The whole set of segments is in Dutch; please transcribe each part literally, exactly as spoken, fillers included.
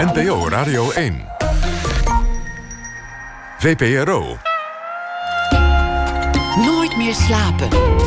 N P O Radio één. V P R O. Nooit meer slapen.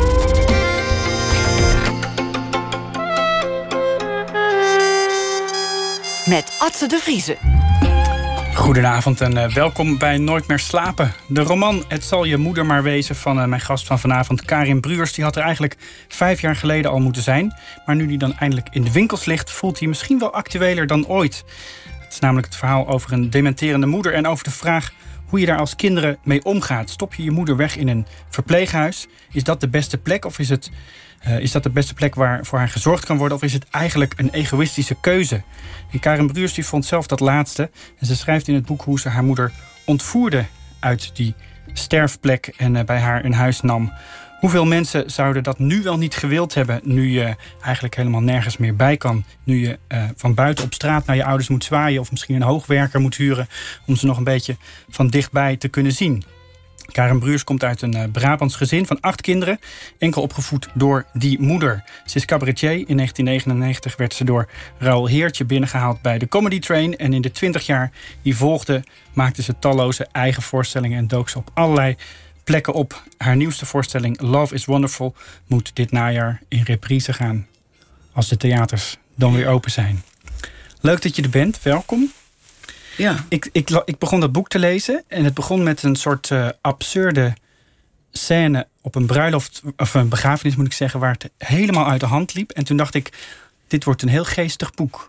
Met Adse de Vrieze. Goedenavond en uh, welkom bij Nooit meer slapen. De roman Het zal je moeder maar wezen van uh, mijn gast van vanavond, Karin Bruurs. Die had er eigenlijk vijf jaar geleden al moeten zijn. Maar nu die dan eindelijk in de winkels ligt, voelt hij misschien wel actueler dan ooit. Het is namelijk het verhaal over een dementerende moeder en over de vraag hoe je daar als kinderen mee omgaat. Stop je je moeder weg in een verpleeghuis? Is dat de beste plek of is het... Uh, is dat de beste plek waar voor haar gezorgd kan worden, of is het eigenlijk een egoïstische keuze? En Karin Bruurs die vond zelf dat laatste. En ze schrijft in het boek hoe ze haar moeder ontvoerde uit die sterfplek en uh, bij haar in huis nam. Hoeveel mensen zouden dat nu wel niet gewild hebben, nu je eigenlijk helemaal nergens meer bij kan? Nu je uh, van buiten op straat naar je ouders moet zwaaien, of misschien een hoogwerker moet huren om ze nog een beetje van dichtbij te kunnen zien. Karin Bruurs komt uit een uh, Brabants gezin van acht kinderen, enkel opgevoed door die moeder. Ze is cabaretier. In negentien negenennegentig werd ze door Raoul Heertje binnengehaald bij de Comedy Train. En in de twintig jaar die volgden maakte ze talloze eigen voorstellingen en dook ze op allerlei plekken op. Haar nieuwste voorstelling Love is Wonderful moet dit najaar in reprise gaan, als de theaters dan weer open zijn. Leuk dat je er bent, welkom. Ja. Ik, ik, ik begon dat boek te lezen en het begon met een soort uh, absurde scène op een bruiloft, of een begrafenis moet ik zeggen, waar het helemaal uit de hand liep. En toen dacht ik, dit wordt een heel geestig boek.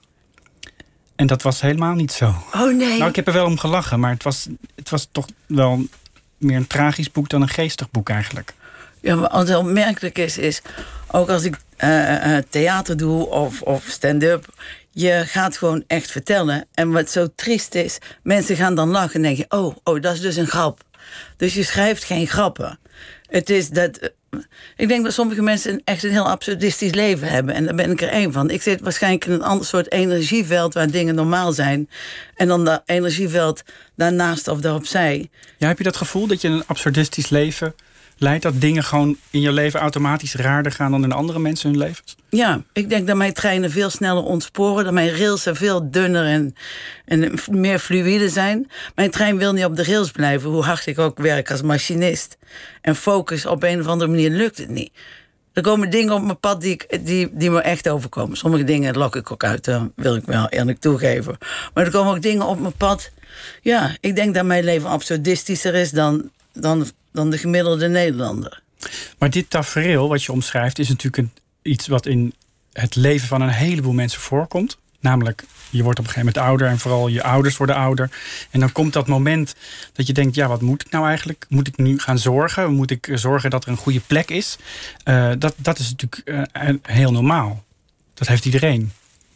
En dat was helemaal niet zo. Oh nee. Nou, ik heb er wel om gelachen, maar het was, het was toch wel meer een tragisch boek dan een geestig boek eigenlijk. Ja, maar wat heel opmerkelijk is, is ook als ik uh, uh, theater doe of, of stand-up, je gaat gewoon echt vertellen. En wat zo triest is, mensen gaan dan lachen en denken, oh, oh, dat is dus een grap. Dus je schrijft geen grappen. Het is dat... Uh, ik denk dat sommige mensen echt een heel absurdistisch leven hebben. En daar ben ik er één van. Ik zit waarschijnlijk in een ander soort energieveld waar dingen normaal zijn. En dan dat energieveld daarnaast of daaropzij. Ja, heb je dat gevoel dat je een absurdistisch leven leidt, dat dingen gewoon in je leven automatisch raarder gaan dan in andere mensen hun levens? Ja, ik denk dat mijn treinen veel sneller ontsporen, dat mijn railsen veel dunner en, en meer fluïde zijn. Mijn trein wil niet op de rails blijven, hoe hard ik ook werk als machinist. En focus op een of andere manier lukt het niet. Er komen dingen op mijn pad die, ik, die, die me echt overkomen. Sommige dingen lok ik ook uit, dat wil ik wel eerlijk toegeven. Maar er komen ook dingen op mijn pad. Ja, ik denk dat mijn leven absurdistischer is dan, dan, dan de gemiddelde Nederlander. Maar dit tafereel wat je omschrijft is natuurlijk een, iets wat in het leven van een heleboel mensen voorkomt. Namelijk, je wordt op een gegeven moment ouder en vooral je ouders worden ouder. En dan komt dat moment dat je denkt, ja, wat moet ik nou eigenlijk? Moet ik nu gaan zorgen? Moet ik zorgen dat er een goede plek is? Uh, dat, dat is natuurlijk uh, heel normaal. Dat heeft iedereen.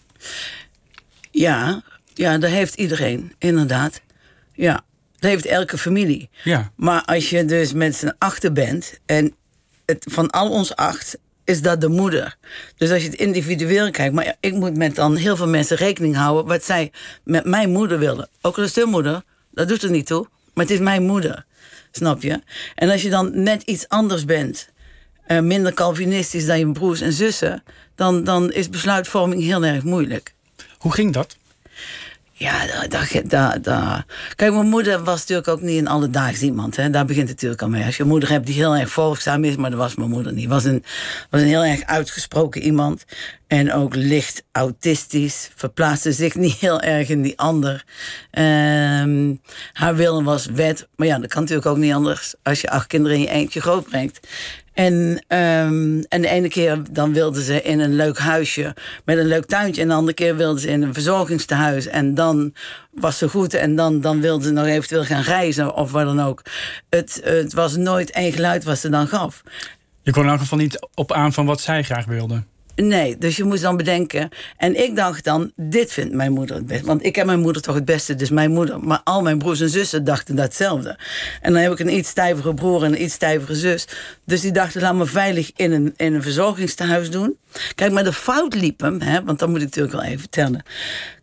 Ja, ja, dat heeft iedereen, inderdaad. Ja, dat heeft elke familie. Ja. Maar als je dus met z'n achten bent en het, van al ons acht is dat de moeder. Dus als je het individueel kijkt, maar ik moet met dan heel veel mensen rekening houden wat zij met mijn moeder willen. Ook al is de moeder, dat doet er niet toe, maar het is mijn moeder. Snap je? En als je dan net iets anders bent, uh, minder Calvinistisch dan je broers en zussen, dan, dan is besluitvorming heel erg moeilijk. Hoe ging dat? Ja, dat, dat, dat. Kijk, mijn moeder was natuurlijk ook niet een alledaags iemand. Hè? Daar begint het natuurlijk al mee. Als je een moeder hebt die heel erg volgzaam is, maar dat was mijn moeder niet. Was een, was een heel erg uitgesproken iemand. En ook licht autistisch. Verplaatste zich niet heel erg in die ander. Um, haar willen was wet. Maar ja, dat kan natuurlijk ook niet anders als je acht kinderen in je eentje grootbrengt. En, um, en de ene keer dan wilde ze in een leuk huisje met een leuk tuintje. En de andere keer wilde ze in een verzorgingstehuis. En dan was ze goed. En dan, dan wilde ze nog eventueel gaan reizen of wat dan ook. Het, het was nooit één geluid wat ze dan gaf. Je kon in elk geval niet op aan van wat zij graag wilde. Nee, dus je moest dan bedenken. En ik dacht dan, dit vindt mijn moeder het beste. Want ik heb mijn moeder toch het beste, dus mijn moeder. Maar al mijn broers en zussen dachten datzelfde. En dan heb ik een iets stijvere broer en een iets stijvere zus. Dus die dachten, laat me veilig in een, in een verzorgingstehuis doen. Kijk, maar de fout liep hem, hè, want dat moet ik natuurlijk wel even vertellen. Kijk,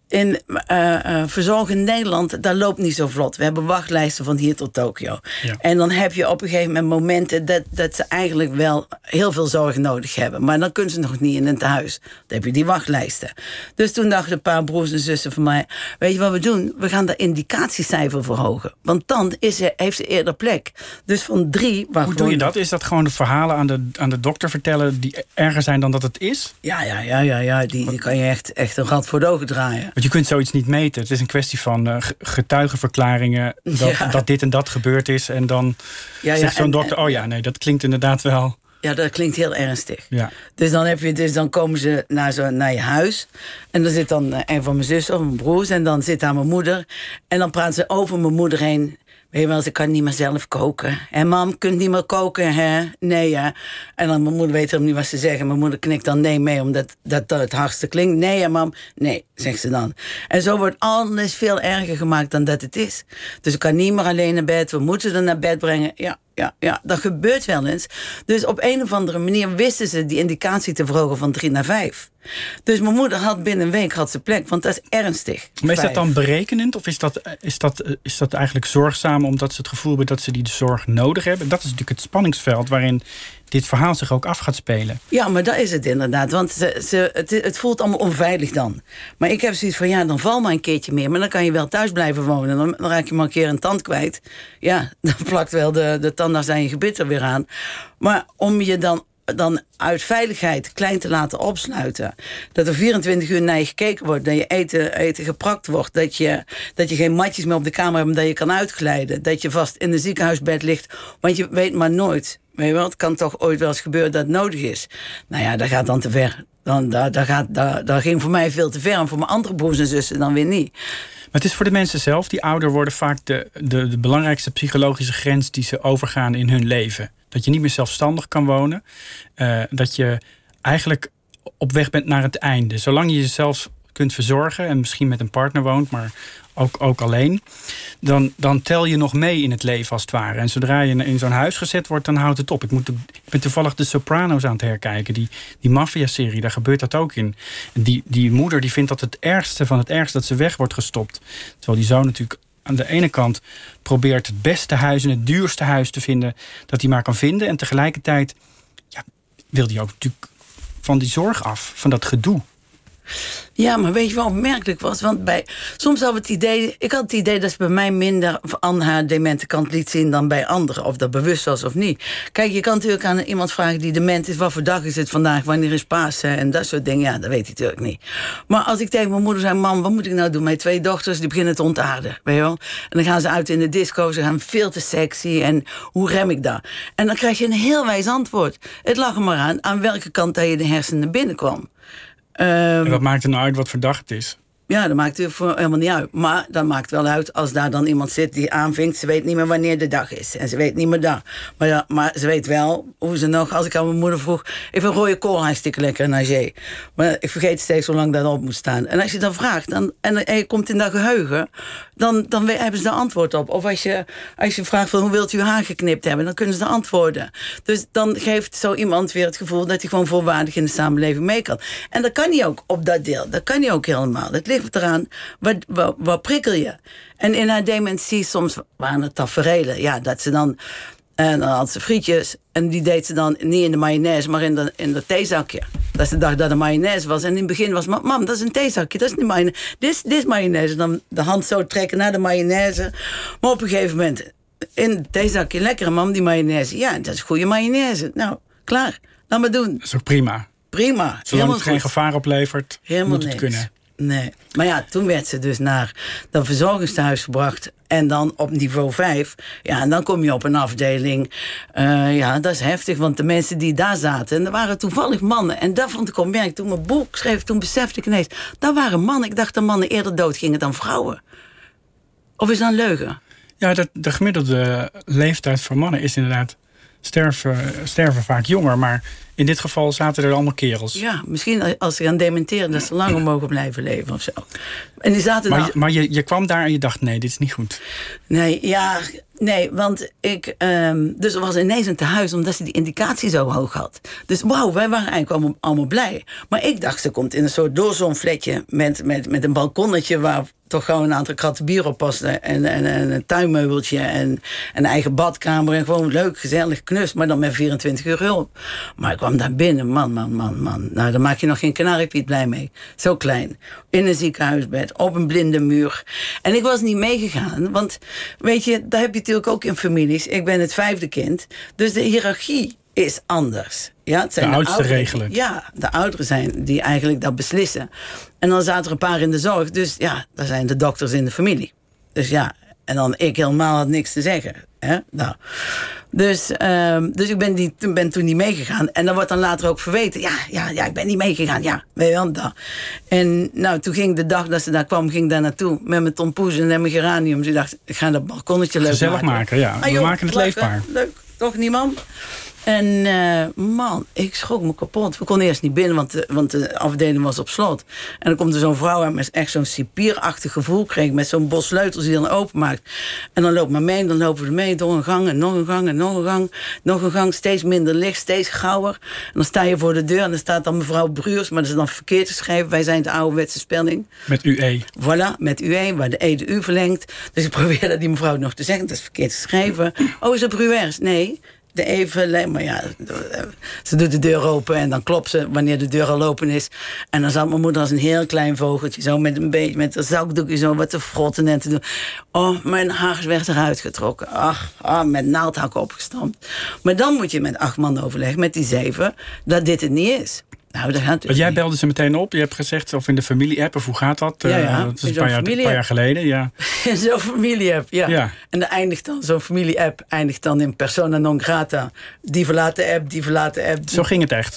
in uh, uh, verzorg in Nederland, dat loopt niet zo vlot. We hebben wachtlijsten van hier tot Tokio. Ja. En dan heb je op een gegeven moment momenten dat, dat ze eigenlijk wel heel veel zorg nodig hebben. Maar dan kunnen ze nog niet in het huis. Dan heb je die wachtlijsten. Dus toen dachten een paar broers en zussen van mij, weet je wat we doen? We gaan de indicatiecijfer verhogen. Want dan is er, heeft ze eerder plek. Dus van drie... Hoe doe je dat? Is dat gewoon de verhalen aan de, aan de dokter vertellen die erger zijn dan dat het is? Ja, ja, ja, ja, ja. Die, die kan je echt, echt een gat voor de ogen draaien. Want je kunt zoiets niet meten. Het is een kwestie van uh, getuigenverklaringen dat, Ja. dat dit en dat gebeurd is. En dan Ja, ja, zegt zo'n en- dokter, oh ja, nee, dat klinkt inderdaad wel... Ja, dat klinkt heel ernstig. Ja. Dus dan, heb je, dus dan komen ze naar, zo, naar je huis. En dan zit dan een van mijn zussen of mijn broers. En dan zit daar mijn moeder. En dan praten ze over mijn moeder heen. Weet je wel, ze kan niet meer zelf koken. En mam, kunt niet meer koken, hè? Nee, hè? En dan mijn moeder weet helemaal niet wat ze zeggen. Mijn moeder knikt dan nee mee, omdat dat, dat het hardste klinkt. Nee, hè, mam? Nee, zegt ze dan. En zo wordt alles veel erger gemaakt dan dat het is. Dus ik kan niet meer alleen naar bed. We moeten ze naar bed brengen. Ja, ja, ja, dat gebeurt wel eens. Dus op een of andere manier wisten ze die indicatie te verhogen van drie naar vijf. Dus mijn moeder had binnen een week had ze plek, want dat is ernstig. Maar is dat Vijf. dan berekenend of is dat, is, dat, is dat eigenlijk zorgzaam omdat ze het gevoel hebben dat ze die zorg nodig hebben? Dat is natuurlijk het spanningsveld waarin dit verhaal zich ook af gaat spelen. Ja, maar dat is het inderdaad. Want ze, ze, het, het voelt allemaal onveilig dan. Maar ik heb zoiets van, ja, dan val maar een keertje meer. Maar dan kan je wel thuis blijven wonen. Dan, dan raak je maar een keer een tand kwijt. Ja, dan plakt wel de, de tandarts aan je gebit er weer aan. Maar om je dan, dan uit veiligheid klein te laten opsluiten. Dat er vierentwintig uur naar je gekeken wordt. Dat je eten, eten geprakt wordt. Dat je, dat je geen matjes meer op de kamer hebt. Dat je kan uitglijden. Dat je vast in een ziekenhuisbed ligt. Want je weet maar nooit. Weet je wel, het kan toch ooit wel eens gebeuren dat het nodig is. Nou ja, dat gaat dan te ver. Dan, dat, dat, gaat, dat, dat ging voor mij veel te ver. En voor mijn andere broers en zussen dan weer niet. Maar het is voor de mensen zelf die ouder worden vaak de, de, de belangrijkste psychologische grens die ze overgaan in hun leven. Dat je niet meer zelfstandig kan wonen. Uh, dat je eigenlijk op weg bent naar het einde. Zolang je jezelf kunt verzorgen en misschien met een partner woont, maar ook, ook alleen, dan, dan tel je nog mee in het leven als het ware. En zodra je in zo'n huis gezet wordt, dan houdt het op. Ik, moet, ik ben toevallig de Sopranos aan het herkijken. Die, die maffia-serie, daar gebeurt dat ook in. En die, die moeder die vindt dat het ergste van het ergste dat ze weg wordt gestopt. Terwijl die zoon natuurlijk aan de ene kant probeert het beste huis en het duurste huis te vinden dat hij maar kan vinden. En tegelijkertijd ja, wil hij ook natuurlijk van die zorg af, van dat gedoe. Ja, maar weet je wat opmerkelijk was? Want bij, soms had het idee, ik had het idee dat ze bij mij minder aan haar demente kant liet zien dan bij anderen. Of dat bewust was of niet. Kijk, je kan natuurlijk aan iemand vragen die dement is, wat voor dag is het vandaag, wanneer is Pasen en dat soort dingen. Ja, dat weet hij natuurlijk niet. Maar als ik tegen mijn moeder zei, mam, wat moet ik nou doen? Mijn twee dochters, die beginnen te ontaarden, weet je wel? En dan gaan ze uit in de disco, ze gaan veel te sexy en hoe rem ik dat? En dan krijg je een heel wijs antwoord. Het lag er maar aan, aan welke kant dat je de hersenen binnenkwam. Um, en wat maakt er nou uit wat voor dag het is? Ja, dat maakt er voor helemaal niet uit. Maar dat maakt wel uit als daar dan iemand zit die aanvinkt. Ze weet niet meer wanneer de dag is. En ze weet niet meer dat. Maar, ja, maar ze weet wel hoe ze nog... Als ik aan mijn moeder vroeg... Ik vind rode kool hartstikke lekker in Agé. Maar ik vergeet steeds hoe lang dat op moet staan. En als je dan vraagt dan, en, en je komt in dat geheugen... Dan, dan hebben ze de antwoord op. Of als je, als je vraagt van hoe wilt u uw haar geknipt hebben... dan kunnen ze de antwoorden. Dus dan geeft zo iemand weer het gevoel... dat hij gewoon volwaardig in de samenleving mee kan. En dat kan hij ook op dat deel. Dat kan hij ook helemaal. Het ligt eraan, wat, wat, wat prikkel je? En in haar dementie soms waren het taferelen. Ja, dat ze dan... En dan had ze frietjes. En die deed ze dan niet in de mayonaise, maar in de, in de theezakje. Dat ze dacht dat het mayonaise was. En in het begin was mam, mam, dat is een theezakje. Dat is niet mayonaise. Dit is, dit is mayonaise. Dan de hand zo trekken naar de mayonaise. Maar op een gegeven moment, in het theezakje, lekker mam, die mayonaise. Ja, dat is goede mayonaise. Nou, klaar. Laat maar doen. Dat is ook prima. Prima. Zolang het geen gevaar oplevert, Helemaal moet het niks. kunnen. Nee. Maar ja, toen werd ze dus naar dat verzorgingstehuis gebracht. En dan op niveau vijf. Ja, en dan kom je op een afdeling. Uh, ja, dat is heftig. Want de mensen die daar zaten, en dat waren toevallig mannen. En dat vond ik opmerkelijk. Toen mijn boek schreef, toen besefte ik ineens... dat waren mannen. Ik dacht dat mannen eerder dood gingen dan vrouwen. Of is dat een leugen? Ja, dat, de gemiddelde leeftijd van mannen is inderdaad sterven, sterven vaak jonger. Maar in dit geval zaten er allemaal kerels. Ja, misschien als ze gaan dementeren dat ze langer mogen blijven leven of zo. En die zaten maar dan... je, maar je, je kwam daar en je dacht, nee, dit is niet goed. Nee, ja, nee, want ik... Um, dus er was ineens een tehuis omdat ze die indicatie zo hoog had. Dus wauw, wij waren eigenlijk allemaal, allemaal blij. Maar ik dacht, ze komt in een soort doorzonfletje met, met, met een balkonnetje waar toch gewoon een aantal kratten bier op pasten. En, en, en een tuinmeubeltje en een eigen badkamer. En gewoon leuk, gezellig, knus. Maar dan met vierentwintig uur hulp. Maar ik kwam daar binnen, man, man, man, man. Nou, daar maak je nog geen kanariepiet blij mee. Zo klein. In een ziekenhuisbed, op een blinde muur. En ik was niet meegegaan. Want, weet je, daar heb je natuurlijk ook in families. Ik ben het vijfde kind. Dus de hiërarchie is anders. Ja, het zijn de, de oudste ouderen, regelen. Ja, de ouderen zijn die eigenlijk dat beslissen. En dan zaten er een paar in de zorg. Dus ja, daar zijn de dokters in de familie. Dus ja, en dan ik helemaal had niks te zeggen. Hè? Nou. Dus, um, dus ik ben, die, ben toen niet meegegaan. En dan wordt dan later ook verweten. Ja, ja, ja, ik ben niet meegegaan. Ja, weet je wel, dat. En nou, toen ging de dag dat ze daar kwam, ging ik daar naartoe. Met mijn tompoes en mijn geranium. Dus ik dacht, ik ga dat balkonnetje leuk Gezellig maken. maken, ja. Ah, We joh, maken het leuk, leefbaar. Hè? Leuk, toch niemand? En uh, man, ik schrok me kapot. We konden eerst niet binnen, want de, want de afdeling was op slot. En dan komt er zo'n vrouw aan met echt zo'n cipierachtig gevoel. Kreeg ik met zo'n bos sleutels die dan openmaakt. En dan loopt maar mee, dan lopen we mee door een gang en nog een gang en nog een gang. Nog een gang, steeds minder licht, steeds gauwer. En dan sta je voor de deur en dan staat dan mevrouw Bruurs. Maar dat is dan verkeerd geschreven. Wij zijn de ouderwetse spelling. Met U E. Voilà, met U E, waar de E de U verlengt. Dus ik probeer dat die mevrouw nog te zeggen. Dat is verkeerd geschreven. Oh, is het Bruers? Nee. De even, maar ja, ze doet de deur open en dan klopt ze wanneer de deur al open is. En dan zat mijn moeder als een heel klein vogeltje, zo met een beetje, met een zakdoekje zo wat te frotten en te doen. Oh, mijn haar werd eruit getrokken. Ach, ah, met naaldhakken opgestampt. Maar dan moet je met acht man overleggen, met die zeven, dat dit het niet is. Nou, dat gaat dus Want jij niet. belde ze meteen op. Je hebt gezegd, of in de familie-app, of hoe gaat dat? Ja, ja, Uh, dat is in een zo'n paar jaar, familie-app. paar jaar geleden, ja. Zo'n familie-app, ja. Ja. En dan eindigt dan, zo'n familie-app eindigt dan in persona non grata. Die verlaat de app, die verlaat de app. Zo ging het echt.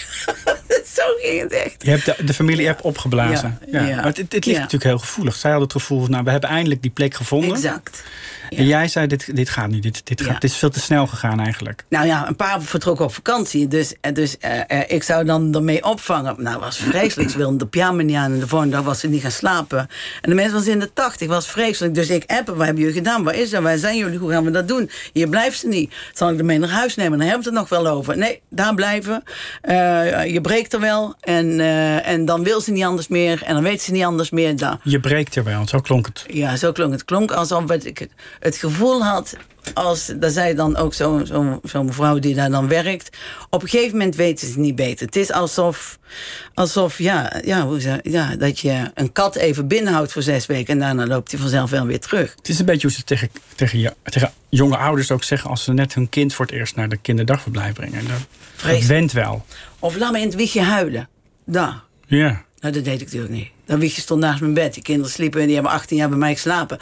Zo ging het echt. Je hebt de, de familie-app opgeblazen. Ja, Ja. ja. Maar het, het ligt Ja. natuurlijk heel gevoelig. Zij hadden het gevoel van, nou, we hebben eindelijk die plek gevonden. Exact. Ja. En jij zei, dit, dit gaat niet. Dit, dit, gaat, Ja. dit is veel te snel gegaan eigenlijk. Nou ja, een paar vertrokken op vakantie. Dus, dus uh, uh, ik zou dan ermee opvangen. Nou, was vreselijk. Ze wilden de pyjama niet aan. En de volgende dag was ze niet gaan slapen. En de mensen was in de tachtig. was vreselijk. Dus ik appen. Wat hebben jullie gedaan? Waar is dat? Waar zijn jullie? Hoe gaan we dat doen? Hier blijft ze niet. Zal ik ermee naar huis nemen? Dan hebben we het er nog wel over. Nee, daar blijven. Uh, je breekt er wel. En, uh, en dan wil ze niet anders meer. En dan weet ze niet anders meer. Daar. Je breekt er wel, zo klonk het. Ja, zo klonk het. klonk alsof ik het gevoel had, als, dat zei dan ook zo'n zo, zo mevrouw die daar dan werkt. Op een gegeven moment weten ze niet beter. Het is alsof, alsof ja, ja, hoe zeg, ja, dat je een kat even binnenhoudt voor zes weken en daarna loopt hij vanzelf wel weer terug. Het is een beetje hoe ze tegen, tegen, je, tegen jonge ouders ook zeggen als ze net hun kind voor het eerst naar de kinderdagverblijf brengen. Dat, dat went wel. Of laat me in het wiegje huilen. Daar. Ja. Nou, dat deed ik natuurlijk niet. Dat wiegje stond naast mijn bed. Die kinderen sliepen en die hebben achttien jaar bij mij geslapen.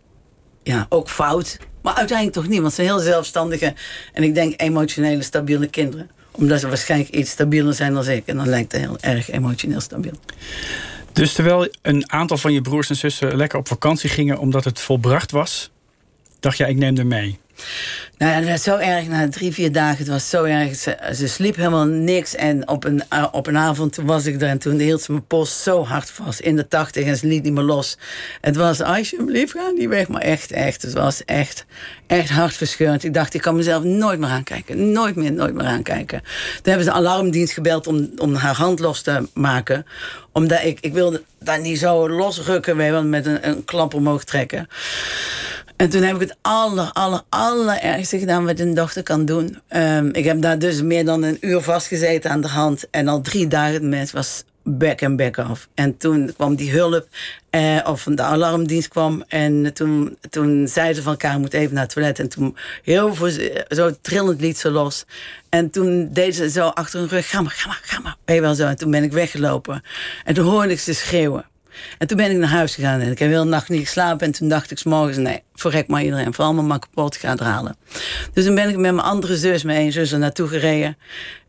Ja, ook fout. Maar uiteindelijk toch niet, want ze zijn heel zelfstandige en ik denk emotionele, stabiele kinderen. Omdat ze waarschijnlijk iets stabieler zijn dan ik. En dan lijkt het heel erg emotioneel stabiel. Dus terwijl een aantal van je broers en zussen lekker op vakantie gingen omdat het volbracht was, dacht jij, ik neem er mee. Nou ja, dat werd zo erg. Na drie, vier dagen, het was zo erg. Ze, ze sliep helemaal niks. En op een, uh, op een avond, toen was ik er en toen hield ze mijn post zo hard vast in de tachtig en ze liet niet meer los. Het was, alsjeblieft, ga niet weg. Maar echt, echt, het was echt, echt hartverscheurend. Ik dacht, ik kan mezelf nooit meer aankijken. Nooit meer, nooit meer aankijken. Toen hebben ze de alarmdienst gebeld om, om haar hand los te maken. Omdat ik, ik wilde daar niet zo losrukken, weet je, want met een, een klap omhoog trekken. En toen heb ik het aller, aller, allerergste gedaan wat een dochter kan doen. Um, ik heb daar dus meer dan een uur vastgezeten aan de hand. En al drie dagen het mens was back en back af. En toen kwam die hulp, eh, of de alarmdienst kwam. En toen, toen zeiden ze van elkaar, moet even naar het toilet. En toen heel veel, zo trillend liet ze los. En toen deed ze zo achter hun rug, ga maar, ga maar, ga maar. Weet je wel zo. En toen ben ik weggelopen. En toen hoorde ik ze schreeuwen. En toen ben ik naar huis gegaan en ik heb de hele nacht niet geslapen. En toen dacht ik 's morgens, nee, verrek maar iedereen. Vooral mijn maar kapot gaat halen. Dus toen ben ik met mijn andere zus, mijn één zus, er naartoe gereden.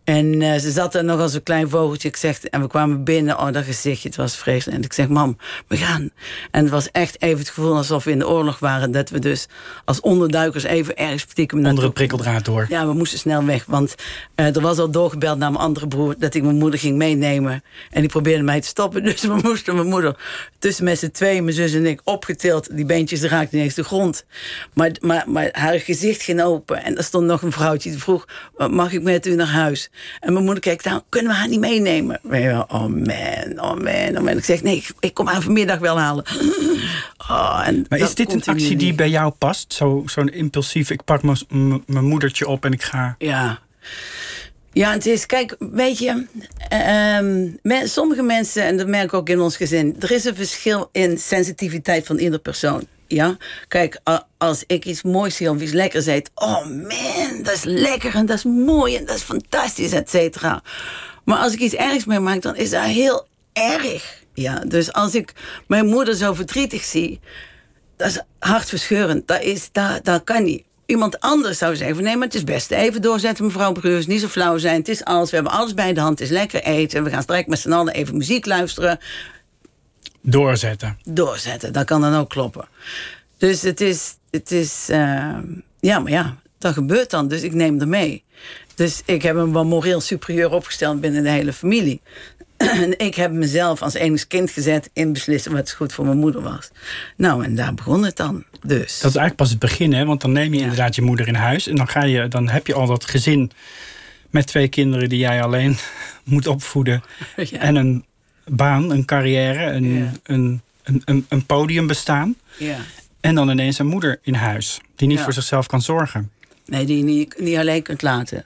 En uh, ze zat er nog als een klein vogeltje. Ik zeg, en we kwamen binnen. Oh, dat gezichtje, het was vreselijk. En ik zeg, mam, we gaan. En het was echt even het gevoel alsof we in de oorlog waren. Dat we dus als onderduikers even ergens stiekem... Onder een prikkeldraad door. Ja, we moesten snel weg. Want uh, er was al doorgebeld naar mijn andere broer... dat ik mijn moeder ging meenemen. En die probeerde mij te stoppen. Dus we moesten mijn moeder tussen met z'n tweeën... mijn zus en ik opgetild. Die beentjes raakten ineens de grond. Maar, maar, maar haar gezicht ging open. En er stond nog een vrouwtje die vroeg... mag ik met u naar huis? En mijn moeder kijkt, nou, kunnen we haar niet meenemen? Oh man, oh man, oh man. Ik zeg, nee, ik, ik kom haar vanmiddag wel halen. Oh, en maar is dit een actie die niet bij jou past? Zo, zo'n impulsief, ik pak mijn moedertje op en ik ga... Ja. Ja, het is, kijk, weet je... Um, men, sommige mensen, en dat merk ik ook in ons gezin... er is een verschil in sensitiviteit van ieder persoon. Ja, kijk, als ik iets moois zie of iets lekkers eet... oh man, dat is lekker en dat is mooi en dat is fantastisch, et cetera. Maar als ik iets ergs meemaak, dan is dat heel erg. Ja, dus als ik mijn moeder zo verdrietig zie... dat is hartverscheurend, dat, is, dat, dat kan niet. Iemand anders zou zeggen van nee, maar het is best even doorzetten, mevrouw Breurs, niet zo flauw zijn. Het is alles, we hebben alles bij de hand, het is lekker eten. We gaan straks met z'n allen even muziek luisteren... Doorzetten. Doorzetten, dat kan dan ook kloppen. Dus het is... Het is uh, ja, maar ja, dat gebeurt dan. Dus ik neem er mee. Dus ik heb hem wel moreel superieur opgesteld binnen de hele familie. En ik heb mezelf als enig kind gezet in beslissen wat goed voor mijn moeder was. Nou, en daar begon het dan. Dus. Dat is eigenlijk pas het begin, hè? Want dan neem je ja. inderdaad je moeder in huis. En dan, ga je, dan heb je al dat gezin met twee kinderen die jij alleen moet opvoeden. Ja. En een baan, een carrière, een, ja. een, een, een, een podium bestaan. Ja. En dan ineens een moeder in huis die niet ja. voor zichzelf kan zorgen. Nee, die je niet, niet alleen kunt laten.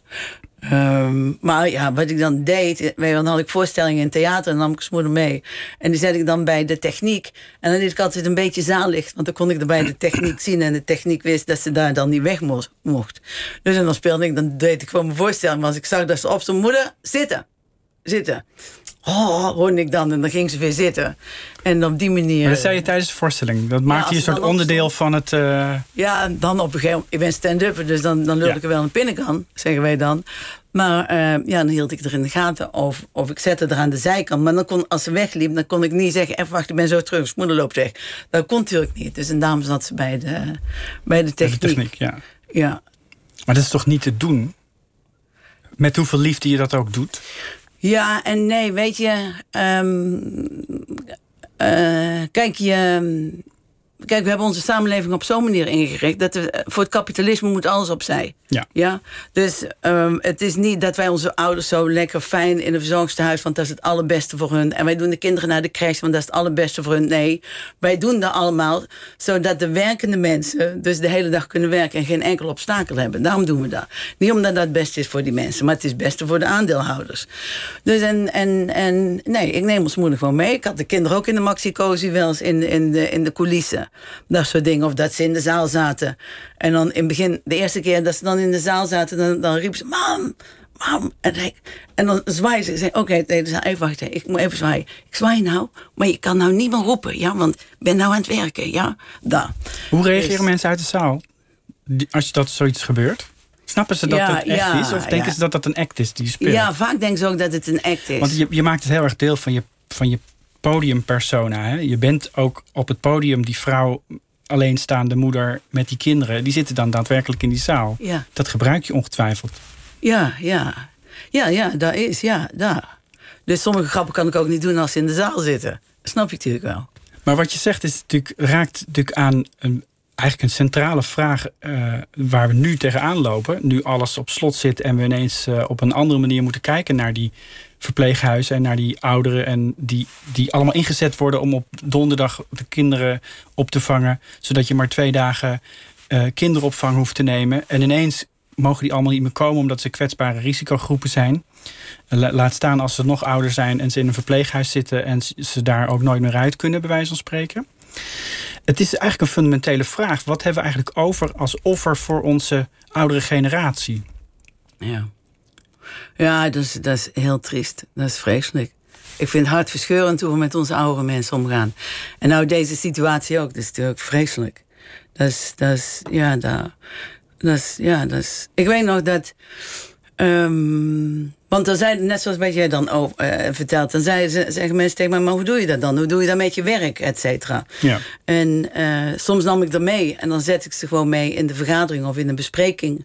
Um, maar ja, wat ik dan deed... Dan had ik voorstellingen in theater en dan nam ik als moeder mee. En die zet ik dan bij de techniek. En dan deed ik altijd een beetje zaallicht. Want dan kon ik erbij de techniek zien. En de techniek wist dat ze daar dan niet weg mocht. Dus en dan speelde ik, dan deed ik gewoon mijn voorstelling. Maar als ik zag dat ze op zijn moeder zitten. Zitten. Oh, hoorde ik dan. En dan ging ze weer zitten. En op die manier... Maar dat zei je tijdens de voorstelling. Dat maakte ja, je een soort onderdeel op... van het... Uh... Ja, dan op een gegeven moment... Ik ben stand-upper, dus dan, dan lul ja. ik er wel een pinnenkant, zeggen wij dan. Maar uh, ja, dan hield ik er in de gaten. Of, of ik zette er aan de zijkant. Maar dan kon, als ze wegliep, dan kon ik niet zeggen... Even wacht, ik ben zo terug, moeder loopt weg. Dat kon natuurlijk niet. Dus en daarom zat ze bij de, bij de techniek. Bij de techniek, ja. ja. Maar dat is toch niet te doen? Met hoeveel liefde je dat ook doet? Ja en nee, weet je... Um, uh, kijk, je... Kijk, we hebben onze samenleving op zo'n manier ingericht... dat we, voor het kapitalisme moet alles opzij. Ja. Ja? Dus um, het is niet dat wij onze ouders zo lekker fijn... in een verzorgingstehuis, want dat is het allerbeste voor hun. En wij doen de kinderen naar de crash, want dat is het allerbeste voor hun. Nee, wij doen dat allemaal... zodat de werkende mensen dus de hele dag kunnen werken... en geen enkel obstakel hebben. Daarom doen we dat. Niet omdat dat het beste is voor die mensen... maar het is het beste voor de aandeelhouders. Dus en, en, en nee, ik neem ons moeder gewoon mee. Ik had de kinderen ook in de Maxi-Cozy wel eens in, in, de, in de coulissen. Dat soort dingen. Of dat ze in de zaal zaten. En dan in het begin, de eerste keer dat ze dan in de zaal zaten... dan, dan riepen ze, mam, mam. En, hij, en dan zwaaien ze. Oké, okay, nee, even wachten. Ik moet even zwaaien. Ik zwaai nou, maar je kan nou niet meer roepen. Ja, want ik ben nou aan het werken. Ja, daar. Hoe reageren dus, mensen uit de zaal? Als dat zoiets gebeurt? Snappen ze dat ja, het echt ja, is? Of denken ja. ze dat dat een act is die je speelt? Ja, vaak denken ze ook dat het een act is. Want je, je maakt het heel erg deel van je, van je podiumpersona. Hè? Je bent ook op het podium die vrouw, alleenstaande moeder met die kinderen. Die zitten dan daadwerkelijk in die zaal. Ja. Dat gebruik je ongetwijfeld. Ja, ja. Ja, ja, dat is, ja, daar. Dus sommige grappen kan ik ook niet doen als ze in de zaal zitten. Dat snap je natuurlijk wel. Maar wat je zegt is natuurlijk, raakt natuurlijk aan een, eigenlijk een centrale vraag uh, waar we nu tegenaan lopen. Nu alles op slot zit en we ineens uh, op een andere manier moeten kijken naar die verpleeghuizen en naar die ouderen en die, die allemaal ingezet worden om op donderdag de kinderen op te vangen, zodat je maar twee dagen uh, kinderopvang hoeft te nemen. En ineens mogen die allemaal niet meer komen omdat ze kwetsbare risicogroepen zijn. Uh, laat staan als ze nog ouder zijn en ze in een verpleeghuis zitten en ze daar ook nooit meer uit kunnen, bij wijze van spreken. Het is eigenlijk een fundamentele vraag. Wat hebben we eigenlijk over als offer voor onze oudere generatie? Ja. Ja, dat is, dat is heel triest. Dat is vreselijk. Ik vind het hartverscheurend hoe we met onze oudere mensen omgaan. En nou deze situatie ook. Dat is natuurlijk vreselijk. Dat is, dat is, ja, dat, dat is, ja, dat is... Ik weet nog dat... Um, want dan zei, net zoals wat jij dan over, uh, vertelt... dan zei, zeggen mensen tegen mij, maar hoe doe je dat dan? Hoe doe je dat met je werk, et cetera? Ja. En uh, soms nam ik er mee en dan zet ik ze gewoon mee in de vergadering of in een bespreking.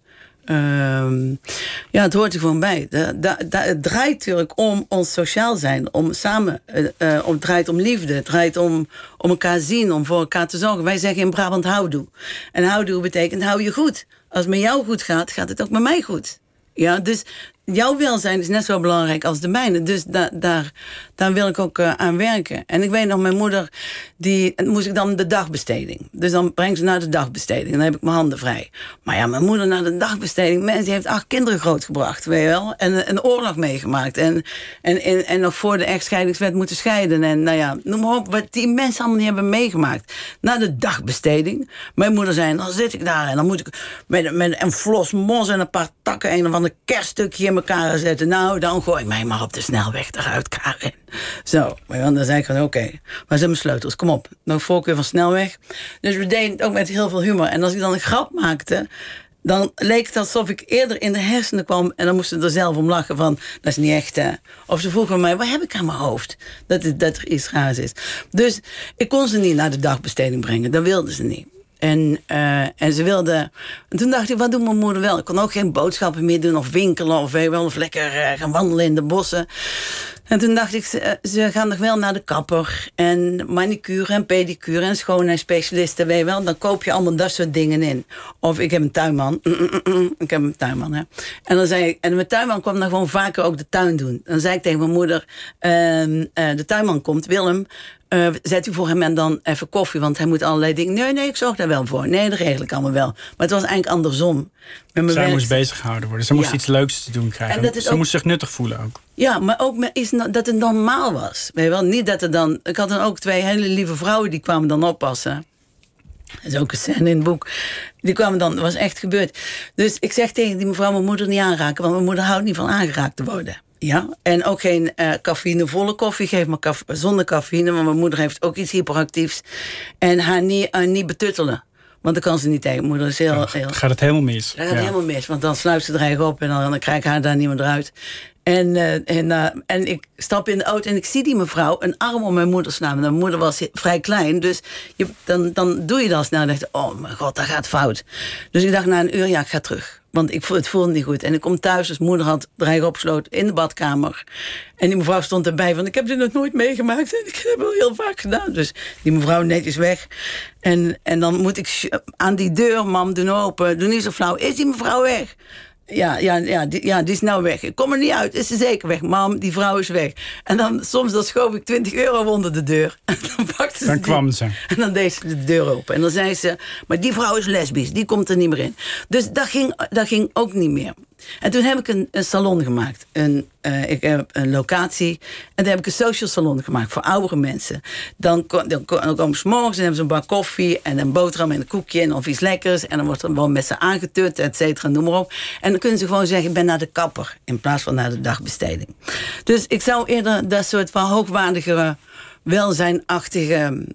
Um, ja, het hoort er gewoon bij. Da, da, da, het draait natuurlijk om ons sociaal zijn, om samen, uh, uh, om, het draait om liefde, het draait om, om elkaar zien, om voor elkaar te zorgen. Wij zeggen in Brabant houdoe. En houdoe betekent hou je goed. Als het met jou goed gaat, gaat het ook met mij goed. Ja, dus jouw welzijn is net zo belangrijk als de mijne. Dus da, daar, daar wil ik ook uh, aan werken. En ik weet nog, mijn moeder, die moest ik dan de dagbesteding. Dus dan breng ze naar de dagbesteding. En dan heb ik mijn handen vrij. Maar ja, mijn moeder naar de dagbesteding. Mensen, die heeft acht kinderen grootgebracht, weet je wel. En een oorlog meegemaakt. En, en, en, en nog voor de echtscheidingswet moeten scheiden. En nou ja, noem maar op, wat die mensen allemaal niet hebben meegemaakt. Naar de dagbesteding. Mijn moeder zei, dan zit ik daar. En dan moet ik met, met een flos mos en een paar takken, een of ander kerststukje in elkaar zetten. Nou, dan gooi ik mij maar op de snelweg eruit, Karin. Zo, dan zei ik van, oké, okay, waar zijn mijn sleutels? Kom op, nog voorkeur van snelweg. Dus we deden het ook met heel veel humor. En als ik dan een grap maakte, dan leek het alsof ik eerder in de hersenen kwam en dan moesten ze er zelf om lachen van, dat is niet echt, hè. Of ze vroegen mij, wat heb ik aan mijn hoofd? Dat, het, dat er iets raars is. Dus ik kon ze niet naar de dagbesteding brengen, dat wilden ze niet. En, uh, en ze wilde. En toen dacht ik, wat doet mijn moeder wel? Ik kon ook geen boodschappen meer doen of winkelen of, weet wel, of lekker uh, gaan wandelen in de bossen. En toen dacht ik, ze, ze gaan nog wel naar de kapper en manicure en pedicure en schoonheidsspecialisten, weet je wel. Dan koop je allemaal dat soort dingen in. Of ik heb een tuinman. Mm, mm, mm, ik heb een tuinman, hè. En dan zei ik, en mijn tuinman kwam dan gewoon vaker ook de tuin doen. Dan zei ik tegen mijn moeder, uh, uh, de tuinman komt, Willem. Uh, zet u voor hem en dan even koffie, want hij moet allerlei dingen. Nee, nee, ik zorg daar wel voor. Nee, dat regel ik allemaal wel. Maar het was eigenlijk andersom. Met Zij werk... moest bezig gehouden worden. Ze moest ja. iets leuks te doen krijgen. Ze ook... moest zich nuttig voelen ook. Ja, maar ook met, is, dat het normaal was. Weet je wel, niet dat er dan. Ik had dan ook twee hele lieve vrouwen die kwamen dan oppassen. Dat is ook een scène in het boek. Die kwamen dan, dat was echt gebeurd. Dus ik zeg tegen die mevrouw, mijn moeder niet aanraken, want mijn moeder houdt niet van aangeraakt te worden. Ja, en ook geen uh, cafeïnevolle koffie. Geef maar kaf- zonder cafeïne, want mijn moeder heeft ook iets hyperactiefs. En haar niet, uh, niet betuttelen. Want dan kan ze niet tegen. Moeder is heel, ja, heel... gaat het helemaal mis. Dan gaat het ja. helemaal mis, want dan sluit ze er eigenlijk op en dan, dan krijg ik haar daar niet meer eruit. En, uh, en, uh, en ik stap in de auto en ik zie die mevrouw een arm om mijn moeder slaan. Mijn moeder was vrij klein, dus je, dan, dan doe je dat snel. En dacht, oh mijn god, dat gaat fout. Dus ik dacht na een uur, ja, ik ga terug. Want ik, het voelde niet goed. En ik kom thuis, dus moeder had dreigen opgesloten in de badkamer. En die mevrouw stond erbij van, ik heb dit nog nooit meegemaakt. En ik heb het wel heel vaak gedaan. Dus die mevrouw netjes weg. En, en dan moet ik aan die deur, mam, doen open. Doe niet zo flauw, is die mevrouw weg? Ja, ja, ja, die, ja, die is nou weg. Ik kom er niet uit, is ze zeker weg? Mam, die vrouw is weg. En dan soms dan schoof ik twintig euro onder de deur. En dan pakte ze Dan die, kwam ze. En dan deed ze de deur open. En dan zei ze, maar die vrouw is lesbisch, die komt er niet meer in. Dus dat ging, dat ging ook niet meer. En toen heb ik een, een salon gemaakt. Een, uh, ik heb een locatie. En toen heb ik een social salon gemaakt voor oudere mensen. Dan, dan, dan komen ze morgens en hebben ze een bak koffie en een boterham en een koekje en of iets lekkers. En dan wordt er gewoon met ze aangetut, et cetera, noem maar op. En dan kunnen ze gewoon zeggen, ik ben naar de kapper. In plaats van naar de dagbesteding. Dus ik zou eerder dat soort van hoogwaardigere, welzijnachtige...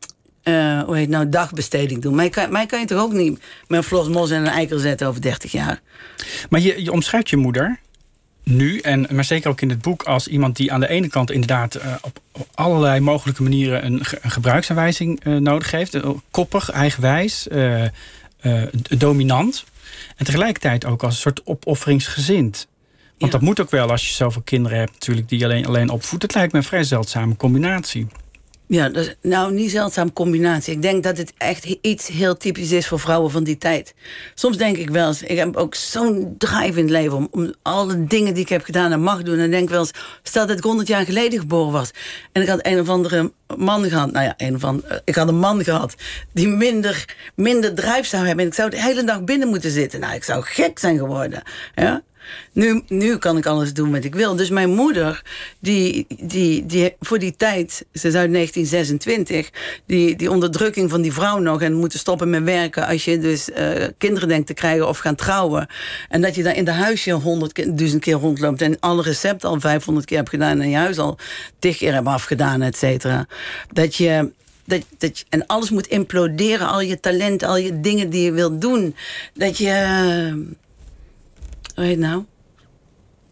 Uh, hoe heet nou, dagbesteding doen. Mij kan, mij kan je toch ook niet met een flos mos en een eikel zetten over dertig jaar. Maar je, je omschrijft je moeder nu, en, maar zeker ook in het boek, als iemand die aan de ene kant inderdaad uh, op, op allerlei mogelijke manieren een, een gebruiksaanwijzing uh, nodig heeft. Uh, koppig, eigenwijs, uh, uh, dominant. En tegelijkertijd ook als een soort opofferingsgezind. Want ja. dat moet ook wel als je zoveel kinderen hebt natuurlijk die je alleen, alleen opvoedt. Het lijkt me een vrij zeldzame combinatie. Ja, dat is nou niet zeldzaam combinatie. Ik denk dat het echt iets heel typisch is voor vrouwen van die tijd. Soms denk ik wel eens, ik heb ook zo'n drive in het leven om, om alle dingen die ik heb gedaan en mag doen. En denk wel eens, stel dat ik honderd jaar geleden geboren was. En ik had een of andere man gehad, nou ja, een of andere, ik had een man gehad die minder, minder drive zou hebben. En ik zou de hele dag binnen moeten zitten. Nou, ik zou gek zijn geworden. Ja? Nu, nu kan ik alles doen wat ik wil. Dus mijn moeder, die, die, die voor die tijd, ze is uit negentien zesentwintig... Die, die onderdrukking van die vrouw nog en moeten stoppen met werken als je dus uh, kinderen denkt te krijgen of gaan trouwen. En dat je daar in de huisje honderdduizend keer rondloopt en alle recepten al vijfhonderd keer hebt gedaan en je huis al tig keer hebt afgedaan, et cetera. Dat je... Dat, dat je, en alles moet imploderen, al je talent, al je dingen die je wilt doen. Dat je... Uh, hoe heet het nou?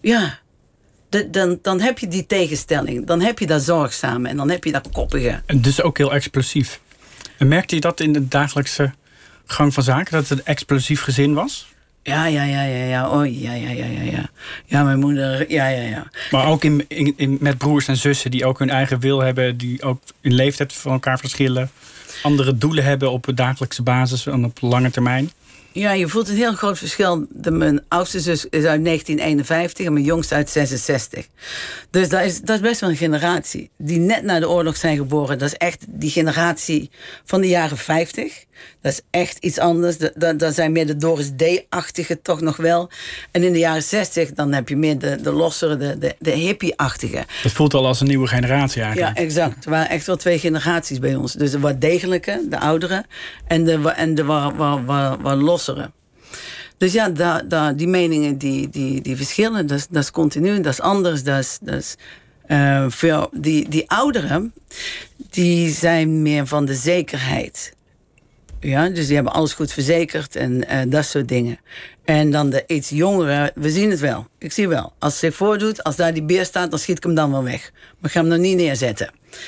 Ja, de, dan, dan heb je die tegenstelling. Dan heb je dat zorgzame en dan heb je dat koppige. En dus ook heel explosief. En merkte je dat in de dagelijkse gang van zaken? Dat het een explosief gezin was? Ja, ja, ja, ja, ja. Oh, ja, ja, ja, ja, ja. Ja, mijn moeder, ja, ja, ja. Maar ook in, in, in, met broers en zussen die ook hun eigen wil hebben, die ook in leeftijd van elkaar verschillen, andere doelen hebben op dagelijkse basis en op lange termijn. Ja, je voelt een heel groot verschil. De, mijn oudste zus is uit negentien eenenvijftig en mijn jongste uit zesenzestig. Dus dat is, dat is best wel een generatie. Die net na de oorlog zijn geboren. Dat is echt die generatie van de jaren vijftig. Dat is echt iets anders. Dat, dat, dat zijn meer de Doris D-achtige toch nog wel. En in de jaren zestig dan heb je meer de, de lossere, de, de, de hippie-achtige. Dat voelt al als een nieuwe generatie eigenlijk. Ja, exact. Er waren echt wel twee generaties bij ons. Dus de wat degelijke, de oudere, en de, en de wat, wat, wat, wat lossere. Dus ja, da, da, die meningen die, die, die verschillen. Dat is, dat is continu, dat is anders. Dat is, dat is, uh, veel, die, die ouderen, die zijn meer van de zekerheid. Ja, dus die hebben alles goed verzekerd en uh, dat soort dingen. En dan de iets jongeren, we zien het wel. Ik zie wel. Als het zich voordoet, als daar die beer staat, dan schiet ik hem dan wel weg. Maar ik ga hem nog niet neerzetten.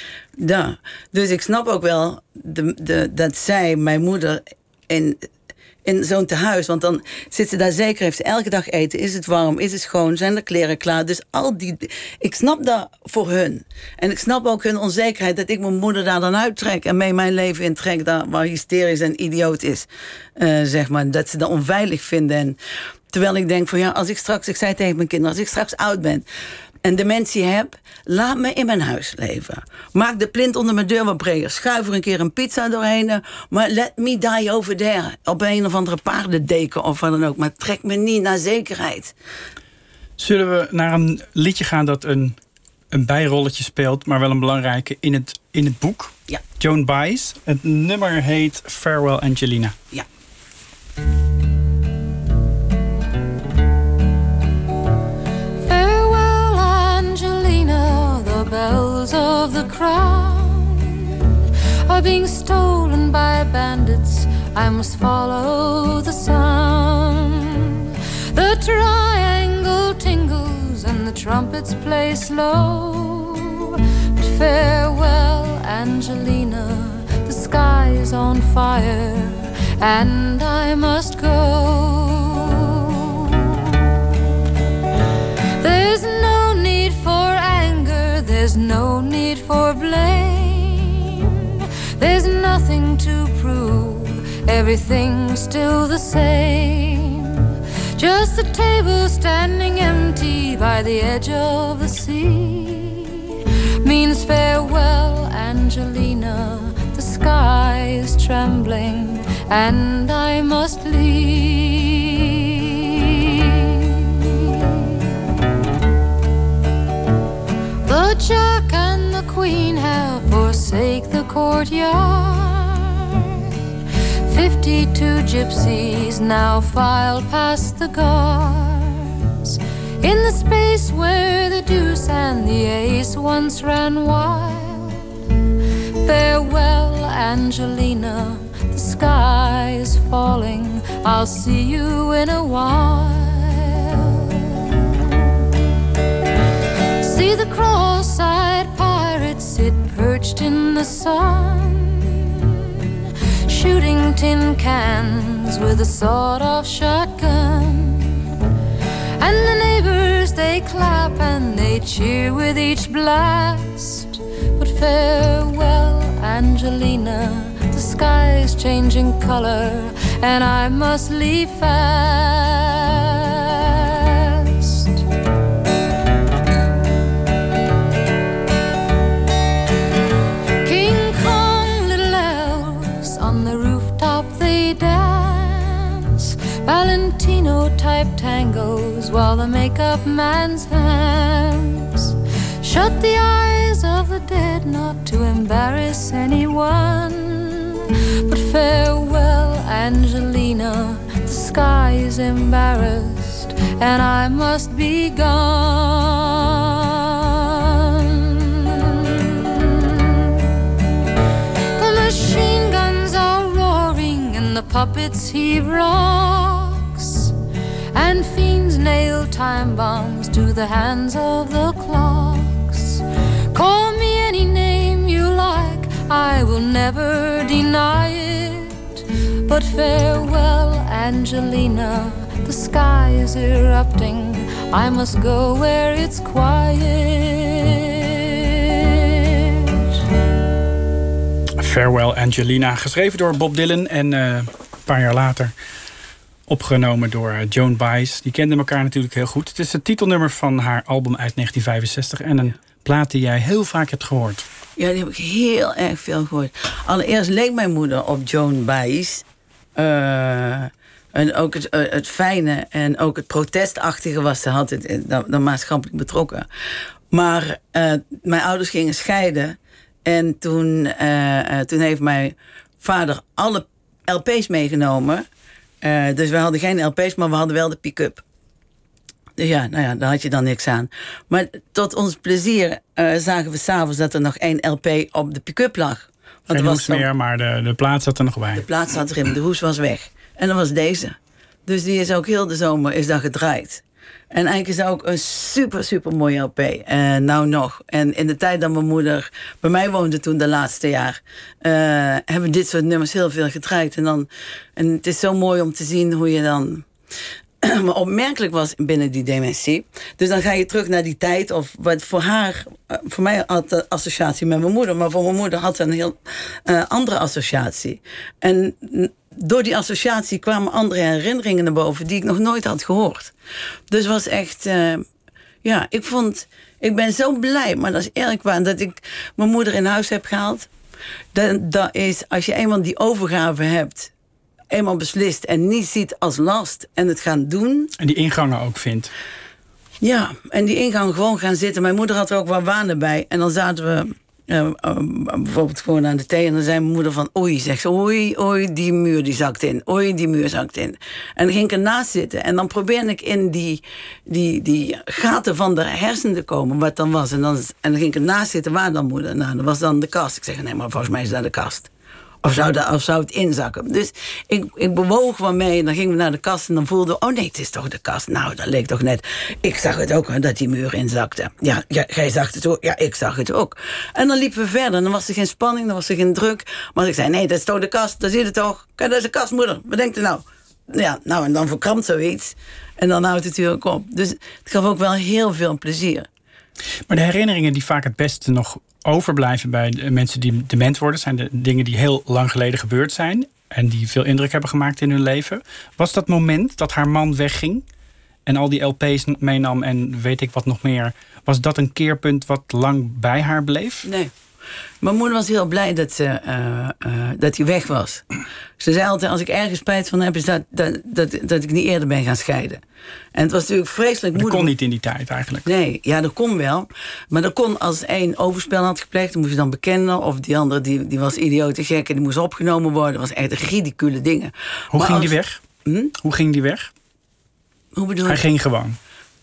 Ja. Dus ik snap ook wel de, de, dat zij, mijn moeder, in, in zo'n tehuis, want dan zit ze daar zeker, heeft ze elke dag eten. Is het warm? Is het schoon? Zijn de kleren klaar? Dus al die... Ik snap dat voor hun. En ik snap ook hun onzekerheid dat ik mijn moeder daar dan uittrek en mee mijn leven intrek, daar waar hysterisch en idioot is. Uh, zeg maar, dat ze dat onveilig vinden. En terwijl ik denk van ja, als ik straks, ik zei tegen mijn kinderen, als ik straks oud ben en dementie heb, laat me in mijn huis leven. Maak de plint onder mijn deur wat breder. Schuif er een keer een pizza doorheen. Maar let me die over there. Op een of andere paardendeken of wat dan ook. Maar trek me niet naar zekerheid. Zullen we naar een liedje gaan dat een, een bijrolletje speelt, maar wel een belangrijke in het, in het boek? Ja. Joan Baez. Het nummer heet Farewell Angelina. Ja. Bells of the crown are being stolen by bandits. I must follow the sound. The triangle tingles and the trumpets play slow. But farewell, Angelina, the sky is on fire and I must go. There's no need for anger, there's no need for blame. There's nothing to prove, everything's still the same. Just a table standing empty by the edge of the sea means farewell, Angelina, the sky is trembling and I must leave. The Jack and the Queen have forsake the courtyard. Fifty-two gypsies now file past the guards. In the space where the deuce and the ace once ran wild. Farewell, Angelina, the sky is falling. I'll see you in a while. See the cross-eyed pirates sit perched in the sun, shooting tin cans with a sawed-off shotgun. And the neighbors, they clap and they cheer with each blast. But farewell, Angelina, the sky's changing color and I must leave fast. King Kong, little elves on the rooftop they dance. Valentino-type tangos while the makeup man's hands shut the eyes of the dead not to embarrass anyone. But farewell, Angelina, the sky is embarrassed and I must be gone. The machine guns are roaring and the puppets heave rocks, and fiends nail time bombs to the hands of the clocks. Call me any name you like, I will never deny it. But farewell, Angelina, the sky is erupting. I must go where it's quiet. Farewell, Angelina, geschreven door Bob Dylan en uh, een paar jaar later opgenomen door uh, Joan Baez. Die kenden elkaar natuurlijk heel goed. Het is het titelnummer van haar album uit negentien vijfenzestig en een plaat die jij heel vaak hebt gehoord. Ja, die heb ik heel erg veel gehoord. Allereerst leek mijn moeder op Joan Baez. Uh, en ook het, uh, het fijne en ook het protestachtige was ze altijd dan maatschappelijk betrokken. Maar uh, mijn ouders gingen scheiden. En toen, uh, uh, toen heeft mijn vader alle L P's meegenomen. Uh, dus we hadden geen L P's, maar we hadden wel de pick-up. Dus ja, nou ja, daar had je dan niks aan. Maar tot ons plezier uh, zagen we s'avonds dat er nog één L P op de pick-up lag. Want Geen er hoes was meer, maar de, de plaat zat er nog bij. De plaat zat erin, de hoes was weg. En dat was deze. Dus die is ook heel de zomer is dat gedraaid. En eigenlijk is dat ook een super, super mooie L P. Uh, nou nog. En in de tijd dat mijn moeder bij mij woonde toen de laatste jaar, Uh, hebben we dit soort nummers heel veel gedraaid. En, dan, en het is zo mooi om te zien hoe je dan maar opmerkelijk was binnen die dementie. Dus dan ga je terug naar die tijd. Of wat voor haar, voor mij had de associatie met mijn moeder. Maar voor mijn moeder had ze een heel uh, andere associatie. En door die associatie kwamen andere herinneringen naar boven die ik nog nooit had gehoord. Dus was echt, uh, ja, ik vond, ik ben zo blij, maar dat is eerlijk waar, dat ik mijn moeder in huis heb gehaald. Dat, dat is, als je eenmaal die overgave hebt, eenmaal beslist en niet ziet als last en het gaan doen. En die ingangen ook vindt. Ja, en die ingang gewoon gaan zitten. Mijn moeder had er ook wat wanen bij. En dan zaten we uh, uh, bijvoorbeeld gewoon aan de thee. En dan zei mijn moeder van, oei, zegt ze, oei, oei, die muur die zakt in. Oei, die muur zakt in. En dan ging ik ernaast zitten. En dan probeerde ik in die, die, die gaten van de hersenen te komen, wat dan was. En dan, en dan ging ik ernaast zitten, waar dan moeder? Nou, dat was dan de kast. Ik zeg, nee, maar volgens mij is dat de kast. Of zou, dat, of zou het inzakken? Dus ik, ik bewoog wel mee en dan gingen we naar de kast en dan voelden we, oh nee, het is toch de kast. Nou, dat leek toch net. Ik zag het ook, hè, dat die muur inzakte. Ja, ja, jij zag het ook. Ja, ik zag het ook. En dan liepen we verder en dan was er geen spanning, dan was er geen druk. Maar als ik zei, nee, dat is toch de kast, dat zie je het toch. Kijk, dat is de kast, moeder. Wat denkt u nou? Ja, nou, en dan verkrampt zoiets. En dan houdt het natuurlijk op. Dus het gaf ook wel heel veel plezier. Maar de herinneringen die vaak het beste nog overblijven bij de mensen die dement worden, zijn de dingen die heel lang geleden gebeurd zijn en die veel indruk hebben gemaakt in hun leven. Was dat moment dat haar man wegging en al die L P's meenam en weet ik wat nog meer, was dat een keerpunt wat lang bij haar bleef? Nee. Mijn moeder was heel blij dat, ze, uh, uh, dat hij weg was. Ze zei altijd, als ik ergens spijt van heb, is dat, dat, dat, dat ik niet eerder ben gaan scheiden. En het was natuurlijk vreselijk moeilijk. Dat kon niet in die tijd eigenlijk. Nee, ja, dat kon wel. Maar dat kon als één overspel had gepleegd, dan moest je dan bekennen. Of die andere, die, die was idiote gek en die moest opgenomen worden. Dat was echt ridicule dingen. Hoe maar ging als, die weg? Hm? Hoe ging die weg? Hoe bedoel je? Hij ging gewoon.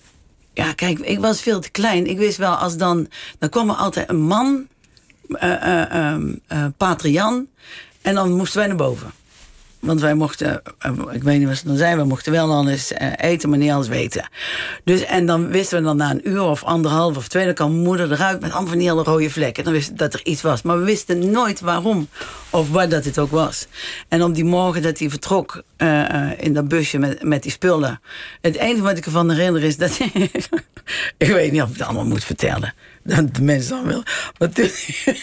Ja, kijk, ik was veel te klein. Ik wist wel, als dan, dan kwam er altijd een man, uh, uh, uh, uh, Pater Jan, en dan moesten wij naar boven. Want wij mochten, ik weet niet wat ze dan zijn, we mochten wel al eens eten, maar niet alles weten. Dus, en dan wisten we dan na een uur of anderhalf of twee, dan kwam mijn moeder eruit met allemaal van die hele rode vlekken. Dan wisten we dat er iets was. Maar we wisten nooit waarom of wat dat het ook was. En op die morgen dat hij vertrok uh, uh, in dat busje met, met die spullen. Het enige wat ik ervan herinner is dat ik weet niet of ik het allemaal moet vertellen. Dat de mensen dan wel. Maar toen,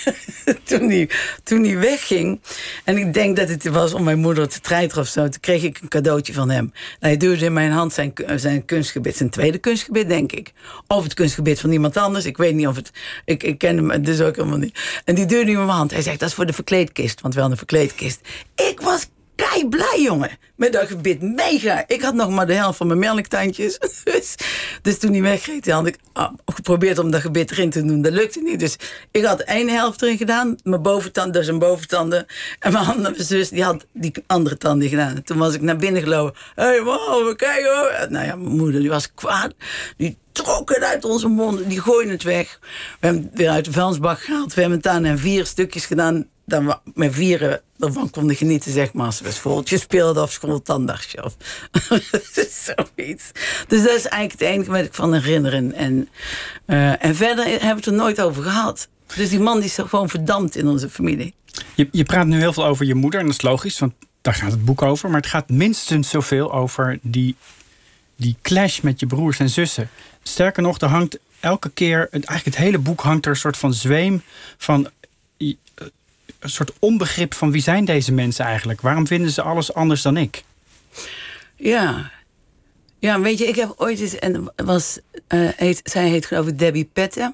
toen, hij, toen hij wegging, en ik denk dat het was om mijn moeder te treiteren of zo, toen kreeg ik een cadeautje van hem. Hij duwde in mijn hand zijn, zijn kunstgebit, zijn tweede kunstgebit, denk ik. Of het kunstgebit van iemand anders. Ik weet niet of het. Ik, ik ken hem dus ook helemaal niet. En die duwde in mijn hand. Hij zegt, dat is voor de verkleedkist, want wel een verkleedkist. Ik was kei blij, jongen. Met dat gebit, mega. Ik had nog maar de helft van mijn melktandjes. Dus, dus toen hij wegreed, had ik oh, geprobeerd om dat gebit erin te doen. Dat lukte niet. Dus ik had één helft erin gedaan. Mijn boventanden, dus een boventanden. En mijn andere zus, die had die andere tanden gedaan. En toen was ik naar binnen gelopen. Hé, hey, wow, kijk hoor. Nou ja, mijn moeder, die was kwaad. Die trok het uit onze monden. Die gooide het weg. We hebben het weer uit de vuilnisbak gehaald. We hebben het aan in vier stukjes gedaan. dan we met vieren ervan konden genieten, zeg maar, als we schooltje speelden of schooltandartje of zoiets. Dus dat is eigenlijk het enige wat ik van herinner. En, uh, en verder hebben we het er nooit over gehad. Dus die man die is gewoon verdampt in onze familie. Je, je praat nu heel veel over je moeder en dat is logisch, want daar gaat het boek over. Maar het gaat minstens zoveel over die, die clash met je broers en zussen. Sterker nog, er hangt elke keer, eigenlijk het hele boek hangt er een soort van zweem van een soort onbegrip van wie zijn deze mensen eigenlijk? Waarom vinden ze alles anders dan ik? Ja, ja, weet je, ik heb ooit eens, en was, uh, heet, zij heet geloof ik Debbie Petten.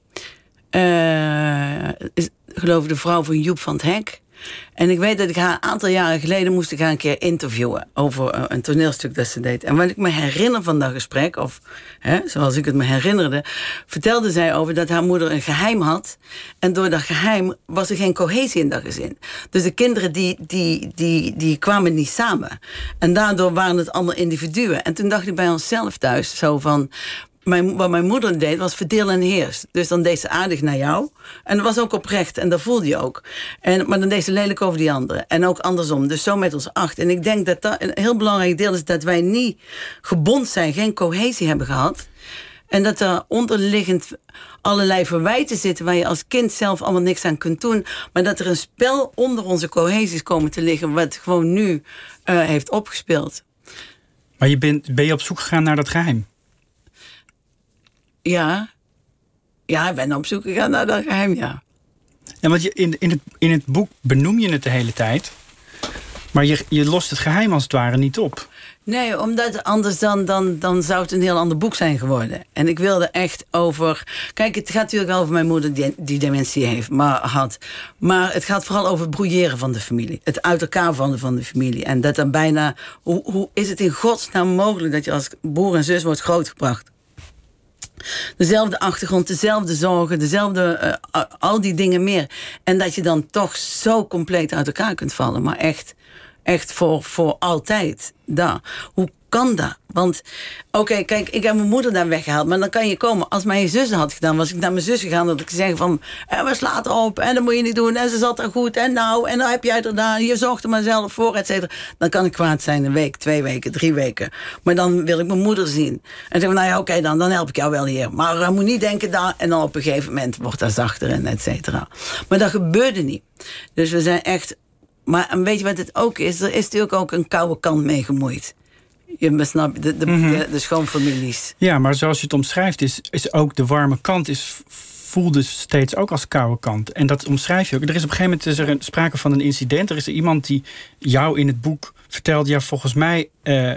Uh, is geloof ik de vrouw van Joep van het Hek. En ik weet dat ik haar een aantal jaren geleden moest ik haar een keer interviewen over uh, een toneelstuk dat ze deed. En wat ik me herinner van dat gesprek, of hè, zoals ik het me herinnerde, vertelde zij over dat haar moeder een geheim had. En door dat geheim was er geen cohesie in dat gezin. Dus de kinderen die, die, die, die kwamen niet samen. En daardoor waren het allemaal individuen. En toen dacht ik bij onszelf thuis zo van, Mijn, wat mijn moeder deed, was verdeel en heers. Dus dan deed ze aardig naar jou. En dat was ook oprecht. En dat voelde je ook. En, maar dan deed ze lelijk over die anderen. En ook andersom. Dus zo met ons acht. En ik denk dat dat een heel belangrijk deel is, dat wij niet gebond zijn, geen cohesie hebben gehad. En dat er onderliggend allerlei verwijten zitten waar je als kind zelf allemaal niks aan kunt doen. Maar dat er een spel onder onze cohesies komen te liggen, wat gewoon nu uh, heeft opgespeeld. Maar je bent, ben je op zoek gegaan naar dat geheim? Ja, ja, ik ben op zoek gegaan naar dat geheim, ja. Ja, want je, in, in, het, in het boek benoem je het de hele tijd. Maar je, je lost het geheim als het ware niet op. Nee, omdat anders dan, dan, dan zou het een heel ander boek zijn geworden. En ik wilde echt over... Kijk, het gaat natuurlijk over mijn moeder die, die dementie heeft, maar had. Maar het gaat vooral over het brouilleren van de familie. Het uit elkaar vallen van de familie. En dat dan bijna... Hoe, hoe is het in godsnaam mogelijk dat je als broer en zus wordt grootgebracht? Dezelfde achtergrond, dezelfde zorgen, dezelfde, uh, al die dingen meer. En dat je dan toch zo compleet uit elkaar kunt vallen. Maar echt, echt voor, voor altijd. Daar. Hoe kan dat? Want, oké, okay, kijk, ik heb mijn moeder daar weggehaald. Maar dan kan je komen. Als mijn zus had gedaan, was ik naar mijn zus gegaan. Dat ik zeg van, eh, we slaat op. En dat moet je niet doen. En ze zat er goed. En nou, en dan heb jij er gedaan. Je zorgt er maar zelf voor, et cetera. Dan kan ik kwaad zijn een week, twee weken, drie weken. Maar dan wil ik mijn moeder zien. En zeg ik, nou ja, oké, okay, dan, dan help ik jou wel hier. Maar je uh, moet niet denken dat. En dan op een gegeven moment wordt dat zachter en et cetera. Maar dat gebeurde niet. Dus we zijn echt... Maar weet je wat het ook is? Er is natuurlijk ook een koude kant mee gemoeid. Je besnapt de, de, mm-hmm. de, de schoonfamilies. Ja, maar zoals je het omschrijft, is, is ook de warme kant is, voelde steeds ook als koude kant. En dat omschrijf je ook. Er is op een gegeven moment is er een, sprake van een incident. Er is er iemand die jou in het boek vertelt, ja, volgens mij uh,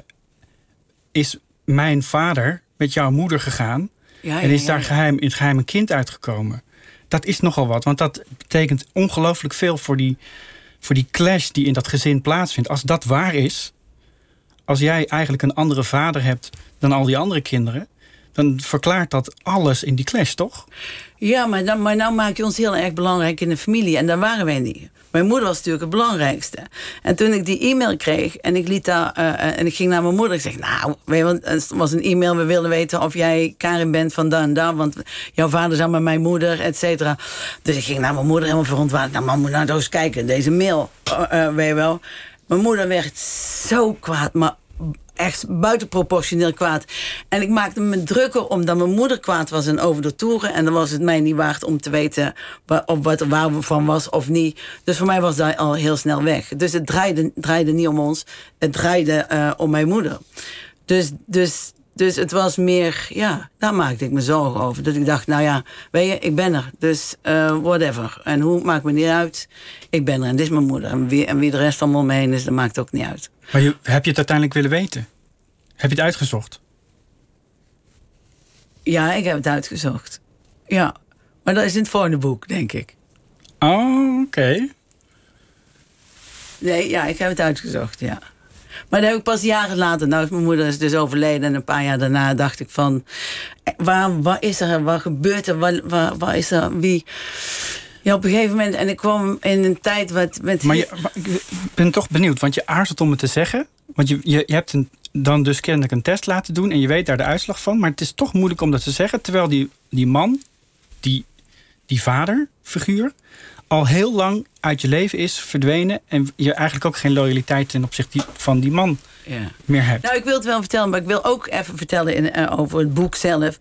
is mijn vader met jouw moeder gegaan. Ja, en is ja, ja, daar ja. geheim, in het geheim een kind uitgekomen. Dat is nogal wat, want dat betekent ongelooflijk veel voor die, voor die clash die in dat gezin plaatsvindt. Als dat waar is, als jij eigenlijk een andere vader hebt dan al die andere kinderen, dan verklaart dat alles in die clash, toch? Ja, maar, dan, maar nou maak je ons heel erg belangrijk in de familie. En daar waren wij niet. Mijn moeder was natuurlijk het belangrijkste. En toen ik die e-mail kreeg en ik liet daar, uh, en ik ging naar mijn moeder. Ik zeg, nou, weet je, want het was een e-mail. We wilden weten of jij Karin bent van daar en daar. Want jouw vader is met mijn moeder, et cetera. Dus ik ging naar mijn moeder helemaal verontwaardigd. Nou, man, moet nou eens kijken. Deze mail, uh, uh, weet je wel. Mijn moeder werd zo kwaad, maar echt buitenproportioneel kwaad. En ik maakte me drukker omdat mijn moeder kwaad was en over de toeren. En dan was het mij niet waard om te weten of wat er waar van was of niet. Dus voor mij was dat al heel snel weg. Dus het draaide, draaide niet om ons. Het draaide uh, om mijn moeder. Dus, dus, dus het was meer, ja, daar maakte ik me zorgen over. Dat ik dacht, nou ja, weet je, ik ben er. Dus uh, whatever. En hoe, maakt me niet uit. Ik ben er en dit is mijn moeder. En wie, en wie de rest van me heen is, dat maakt ook niet uit. Maar je, heb je het uiteindelijk willen weten? Heb je het uitgezocht? Ja, ik heb het uitgezocht. Ja, maar dat is in het volgende boek, denk ik. Oh, oké. Okay. Nee, ja, ik heb het uitgezocht, ja. Maar dat heb ik pas jaren later. Nou, mijn moeder is dus overleden. En een paar jaar daarna dacht ik van, waar, waar is er? Wat gebeurt er? Waar, waar, waar is er? Wie? Ja, op een gegeven moment. En ik kwam in een tijd wat met. Maar, je, maar ik ben toch benieuwd, want je aarzelt om het te zeggen. Want je, je, je hebt een, dan dus kennelijk een test laten doen en je weet daar de uitslag van. Maar het is toch moeilijk om dat te zeggen. Terwijl die, die man, die, die vaderfiguur, al heel lang uit je leven is verdwenen en je eigenlijk ook geen loyaliteit ten opzichte van die man ja. meer hebt. Nou, ik wil het wel vertellen, maar ik wil ook even vertellen in, uh, over het boek zelf.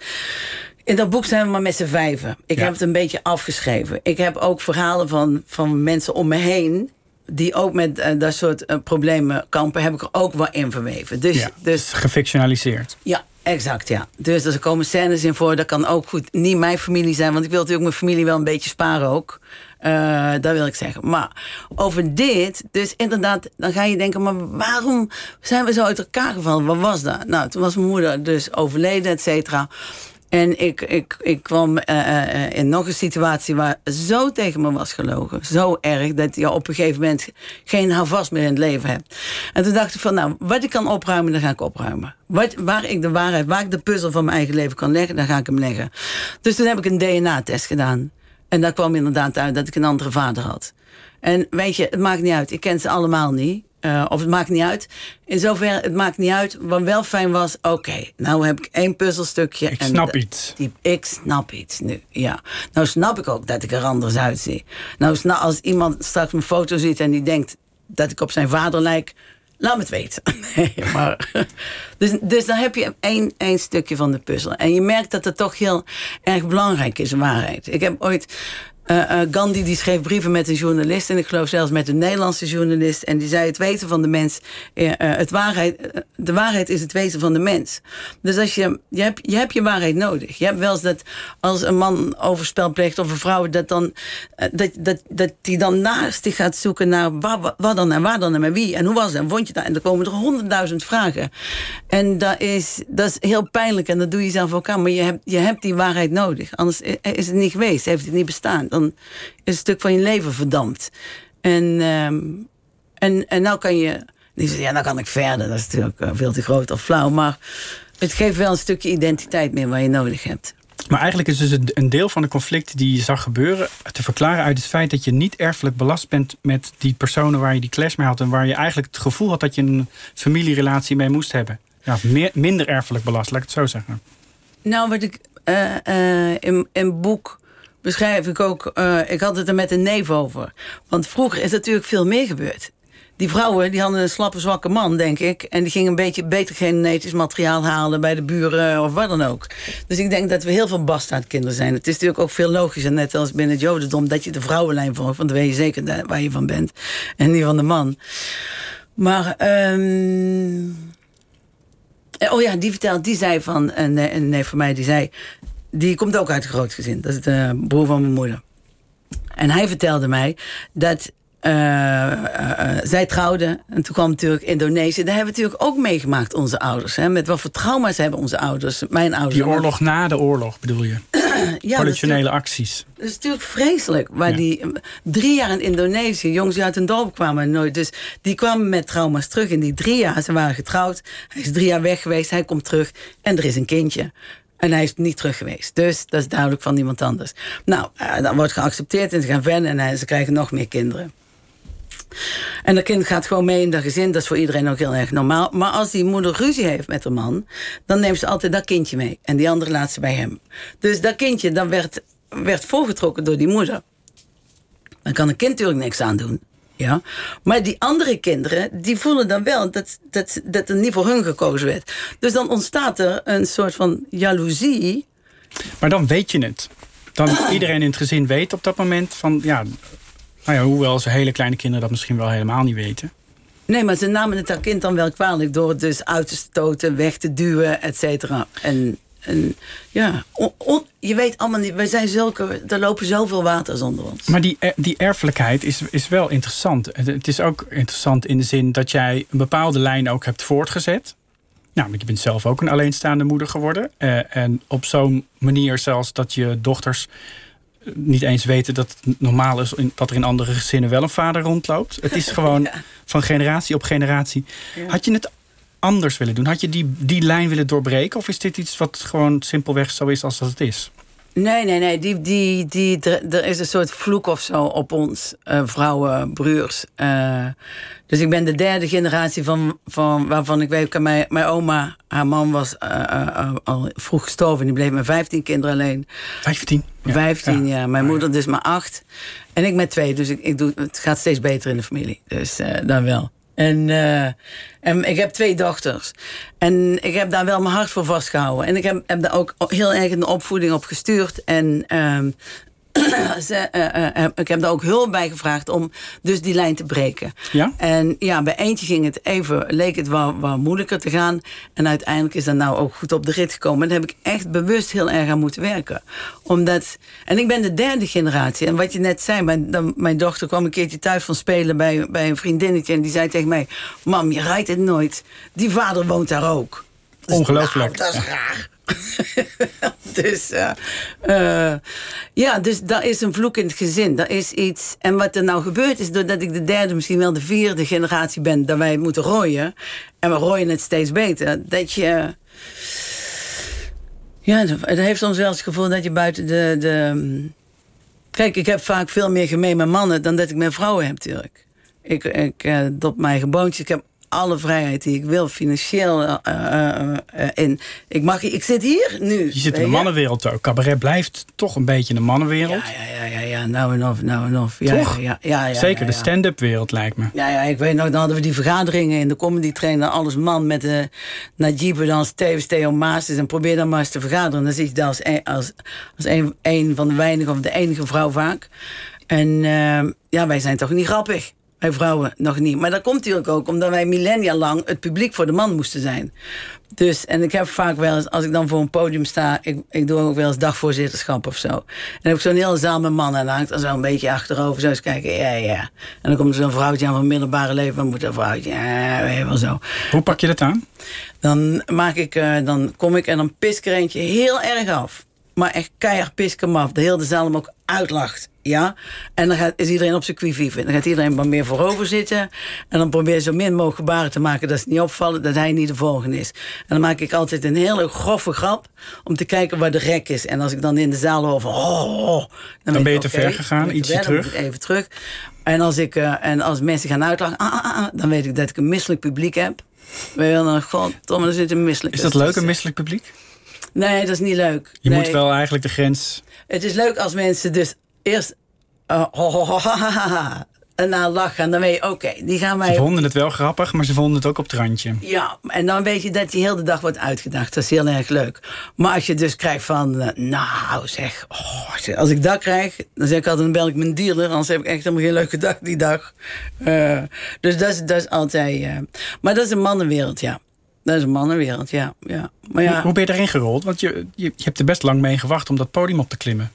In dat boek zijn we maar met z'n vijven. Ik ja. heb het een beetje afgeschreven. Ik heb ook verhalen van, van mensen om me heen die ook met uh, dat soort uh, problemen kampen, heb ik er ook wel in verweven. Dus, ja, dus gefictionaliseerd. Ja, exact, ja. Dus er komen scènes in voor, dat kan ook goed niet mijn familie zijn, want ik wil natuurlijk mijn familie wel een beetje sparen ook. Uh, dat wil ik zeggen. Maar over dit, dus inderdaad, dan ga je denken, maar waarom zijn we zo uit elkaar gevallen? Wat was dat? Nou, toen was mijn moeder dus overleden, et cetera. En ik, ik, ik kwam uh, uh, in nog een situatie waar zo tegen me was gelogen. Zo erg dat je op een gegeven moment geen houvast meer in het leven hebt. En toen dacht ik van, nou, wat ik kan opruimen, dan ga ik opruimen. Wat, waar ik de waarheid, waar ik de puzzel van mijn eigen leven kan leggen, dan ga ik hem leggen. Dus toen heb ik een D N A-test gedaan. En daar kwam inderdaad uit dat ik een andere vader had. En weet je, het maakt niet uit. Ik ken ze allemaal niet. Uh, of het maakt niet uit. In zoverre, het maakt niet uit. Wat wel fijn was, oké, okay, nou heb ik één puzzelstukje. Ik en snap de, iets. Die, ik snap iets nu, ja. Nou snap ik ook dat ik er anders uitzie. Nou, snap, als iemand straks mijn foto ziet en die denkt dat ik op zijn vader lijk, laat me het weten. Nee, maar, dus, dus dan heb je één, één stukje van de puzzel. En je merkt dat het toch heel erg belangrijk is, waarheid. Ik heb ooit Uh, uh, Gandhi die schreef brieven met een journalist, en ik geloof zelfs met een Nederlandse journalist, en die zei: het weten van de mens, uh, uh, het waarheid, uh, de waarheid is het weten van de mens. Dus als je, je hebt, je hebt je waarheid nodig. Je hebt wel eens dat als een man overspel pleegt of een vrouw, dat dan uh, dat, dat, dat die dan naast zich gaat zoeken naar waar, waar dan en waar dan en met wie en hoe was het en vond je dat, en dan komen er honderdduizend vragen. En dat is, dat is heel pijnlijk en dat doe je zelf ook aan, maar je hebt, je hebt die waarheid nodig. Anders is het niet geweest, heeft het niet bestaan. Dan is een stuk van je leven verdampt. En, um, en, en nou kan je... Ja, nou kan ik verder. Dat is natuurlijk uh, veel te groot of flauw. Maar het geeft wel een stukje identiteit meer wat je nodig hebt. Maar eigenlijk is dus een deel van de conflicten die je zag gebeuren te verklaren uit het feit dat je niet erfelijk belast bent met die personen waar je die clash mee had. En waar je eigenlijk het gevoel had dat je een familierelatie mee moest hebben. Ja, meer, minder erfelijk belast, laat ik het zo zeggen. Nou, wat ik uh, uh, in een boek beschrijf ik ook, uh, ik had het er met een neef over. Want vroeger is natuurlijk veel meer gebeurd. Die vrouwen die hadden een slappe, zwakke man, denk ik. En die gingen een beetje beter genetisch materiaal halen bij de buren of wat dan ook. Dus ik denk dat we heel veel bastaardkinderen zijn. Het is natuurlijk ook veel logischer, net als binnen het jodendom, dat je de vrouwenlijn volgt. Want dan weet je zeker waar je van bent. En niet van de man. Maar, um... oh ja, die vertelde, die zei van, een, een neef van mij, die zei, die komt ook uit een groot gezin. Dat is de broer van mijn moeder. En hij vertelde mij dat Uh, uh, uh, zij trouwden. En toen kwam natuurlijk Indonesië. Daar hebben we natuurlijk ook meegemaakt, onze ouders. Hè? Met wat voor trauma's hebben onze ouders, mijn ouders. Die oorlog na de oorlog, bedoel je? Ja, politionele acties. Dat is natuurlijk vreselijk. Waar ja. die drie jaar in Indonesië, jongens die uit een dorp kwamen nooit. Dus die kwamen met trauma's terug. In die drie jaar, ze waren getrouwd. Hij is drie jaar weg geweest, hij komt terug. En er is een kindje. En hij is niet terug geweest. Dus dat is duidelijk van iemand anders. Nou, uh, dan wordt geaccepteerd en ze gaan verder. En uh, ze krijgen nog meer kinderen. En dat kind gaat gewoon mee in dat gezin. Dat is voor iedereen ook heel erg normaal. Maar als die moeder ruzie heeft met haar man, dan neemt ze altijd dat kindje mee. En die andere laat ze bij hem. Dus dat kindje dat werd, werd voorgetrokken door die moeder. Dan kan een kind natuurlijk niks aan doen. Ja? Maar die andere kinderen, die voelen dan wel dat, dat, dat er niet voor hun gekozen werd. Dus dan ontstaat er een soort van jaloezie. Maar dan weet je het. Dan iedereen in het gezin weet op dat moment van, ja, nou ja, hoewel ze hele kleine kinderen dat misschien wel helemaal niet weten. Nee, maar ze namen het dat kind dan wel kwalijk door het dus uit te stoten, weg te duwen, et cetera. En, en ja, on, on, je weet allemaal niet, wij zijn zulke, er lopen zoveel waters onder ons. Maar die, die erfelijkheid is, is wel interessant. Het is ook interessant in de zin dat jij een bepaalde lijn ook hebt voortgezet. Nou, je bent zelf ook een alleenstaande moeder geworden. Uh, en op zo'n manier zelfs dat je dochters niet eens weten dat het normaal is dat er in andere gezinnen wel een vader rondloopt. Het is gewoon ja. van generatie op generatie. Ja. Had je het anders willen doen? Had je die, die lijn willen doorbreken? Of is dit iets wat gewoon simpelweg zo is als dat het is? Nee, nee, nee. Die, die, die, er, er is een soort vloek of zo op ons, uh, vrouwen, broers. Uh, dus ik ben de derde generatie van, van waarvan ik weet... Mijn, mijn oma, haar man was uh, uh, al vroeg gestorven. Die bleef met vijftien kinderen alleen. Vijftien? Ja. Vijftien, ja. ja. Mijn oh, moeder ja. dus maar acht. En ik met twee. Dus ik, ik doe, het gaat steeds beter in de familie. Dus uh, dan wel. En, uh, en ik heb twee dochters. En ik heb daar wel mijn hart voor vastgehouden. En ik heb, heb daar ook heel erg een opvoeding op gestuurd. En um, ze, uh, uh, ik heb daar ook hulp bij gevraagd om dus die lijn te breken. Ja? En ja, bij eentje ging het even, leek het wel, wel moeilijker te gaan. En uiteindelijk is dat nou ook goed op de rit gekomen. En daar heb ik echt bewust heel erg aan moeten werken. Omdat, en ik ben de derde generatie. En wat je net zei, mijn, dan, mijn dochter kwam een keertje thuis van spelen bij, bij een vriendinnetje. En die zei tegen mij, mam, je rijdt het nooit. Die vader woont daar ook. Dus, ongelooflijk. Nou, dat is raar. dus uh, uh, ja, dus dat is een vloek in het gezin. Dat is iets. En wat er nou gebeurt is, doordat ik de derde, misschien wel de vierde generatie ben, dat wij het moeten rooien. En we rooien het steeds beter. Dat je. Ja, het heeft soms wel eens het gevoel dat je buiten de, de. Kijk, ik heb vaak veel meer gemeen met mannen dan dat ik met vrouwen heb, natuurlijk. Ik, ik uh, dop mijn geboontjes. Ik heb alle vrijheid die ik wil, financieel uh, uh, uh, in. Ik, mag, ik zit hier nu. Je zit in de mannenwereld ook. Cabaret blijft toch een beetje een mannenwereld. Ja, ja, ja, ja, ja. nou en of, nou en of. Ja, toch? Ja, ja, ja, Zeker, ja, ja. de stand-up wereld lijkt me. Ja, ja, ik weet nog, dan hadden we die vergaderingen in de comedy trainer, alles man met de Najib, dan Stevens, Theo Maasjes, en probeer dan maar eens te vergaderen. Dan zit je daar als een, als, als een, een van de weinigen of de enige vrouw vaak. En uh, ja, wij zijn toch niet grappig. Wij vrouwen nog niet. Maar dat komt natuurlijk ook omdat wij millennia lang het publiek voor de man moesten zijn. Dus, en ik heb vaak wel eens, als ik dan voor een podium sta, ik, ik doe ook wel eens dagvoorzitterschap of zo. En dan heb ik zo'n hele zaal met mannen en dan hangt er zo een beetje achterover zo eens kijken, ja, ja. En dan komt er zo'n vrouwtje aan van middelbare leven, wat moet dat vrouwtje? Ja, weet je wel zo. Hoe pak je dat aan? Dan maak ik, uh, dan kom ik en dan pis ik er eentje heel erg af. Maar echt keihard pis ik hem af. De hele zaal hem ook uitlacht. Ja? En dan gaat, is iedereen op zijn qui-vive. Dan gaat iedereen maar meer voorover zitten. En dan probeer je zo min mogelijk gebaren te maken dat ze niet opvallen, dat hij niet de volgende is. En dan maak ik altijd een hele grove grap om te kijken waar de rek is. En als ik dan in de zaal hoor van oh, oh dan, dan ben je ik, te okay, ver gegaan, ietsje terug. Dan moet ik even terug. En als, ik, uh, en als mensen gaan uitlachen, ah, ah, ah, dan weet ik dat ik een misselijk publiek heb. Maar dan, goddomme, dan zit een misselijk. Is dat leuk, een misselijk publiek? Nee, dat is niet leuk. Je nee. moet wel eigenlijk de grens. Het is leuk als mensen dus eerst uh, ho, ho, ho, ha, ha, ha, en na lachen. En dan weet je, oké, okay, die gaan wij. Ze vonden het wel grappig, maar ze vonden het ook op het randje. Ja, en dan weet je dat je heel de dag wordt uitgedacht. Dat is heel erg leuk. Maar als je dus krijgt van, uh, nou zeg, oh, als ik dat krijg, dan zeg ik altijd, dan bel ik mijn dealer. Anders heb ik echt helemaal geen leuke dag die dag. Uh, dus dat is, dat is altijd. Uh, maar dat is een mannenwereld, ja. Dat is een mannenwereld, ja. ja. Maar ja. Hoe, hoe ben je erin gerold? Want je, je, je hebt er best lang mee gewacht om dat podium op te klimmen.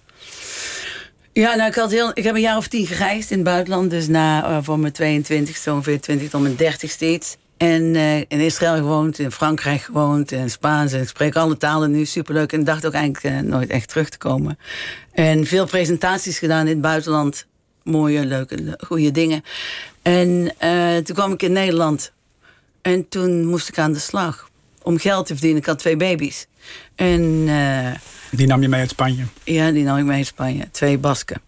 Ja, nou, ik, had heel, ik heb een jaar of tien gereisd in het buitenland. Dus na, uh, voor mijn tweeëntwintigste, ongeveer twintig tot mijn dertigste iets. En uh, in Israël gewoond, in Frankrijk gewoond, in Spaans. En ik spreek alle talen nu, superleuk. En dacht ook eigenlijk uh, nooit echt terug te komen. En veel presentaties gedaan in het buitenland. Mooie, leuke, goede dingen. En uh, toen kwam ik in Nederland. En toen moest ik aan de slag. Om geld te verdienen. Ik had twee baby's. En, uh, die nam je mee uit Spanje? Ja, die nam ik mee uit Spanje. Twee Basken.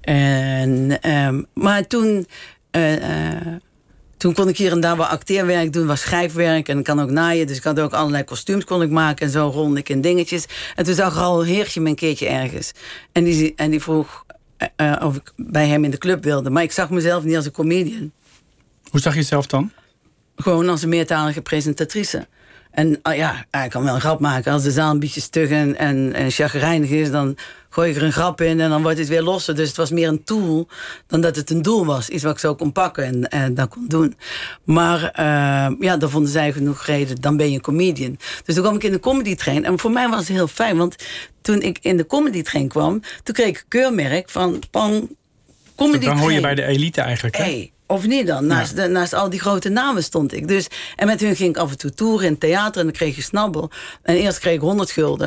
En, um, maar toen... Uh, uh, toen kon ik hier en daar wat acteerwerk doen. Was schrijfwerk en ik kan ook naaien. Dus ik had ook allerlei kostuums kon ik maken. En zo ronde ik in dingetjes. En toen zag er al een heertje me een keertje ergens. En die, en die vroeg uh, of ik bij hem in de club wilde. Maar ik zag mezelf niet als een comedian. Hoe zag je jezelf dan? Gewoon als een meertalige presentatrice. En uh, ja, ik kan wel een grap maken. Als de zaal een beetje stug en, en, en chagrijnig is, dan gooi ik er een grap in en dan wordt het weer losser. Dus het was meer een tool dan dat het een doel was. Iets wat ik zo kon pakken en, en dat kon doen. Maar uh, ja, daar vonden zij genoeg reden. Dan ben je een comedian. Dus toen kwam ik in de comedy train. En voor mij was het heel fijn. Want toen ik in de comedy train kwam, toen kreeg ik een keurmerk van Pan Comedy Dan hoor je train. bij de elite eigenlijk, hè? Hey. Of niet dan? Naast, ja. de, naast al die grote namen stond ik. Dus, en met hun ging ik af en toe toeren in theater en dan kreeg je snabbel. En eerst kreeg ik honderd gulden.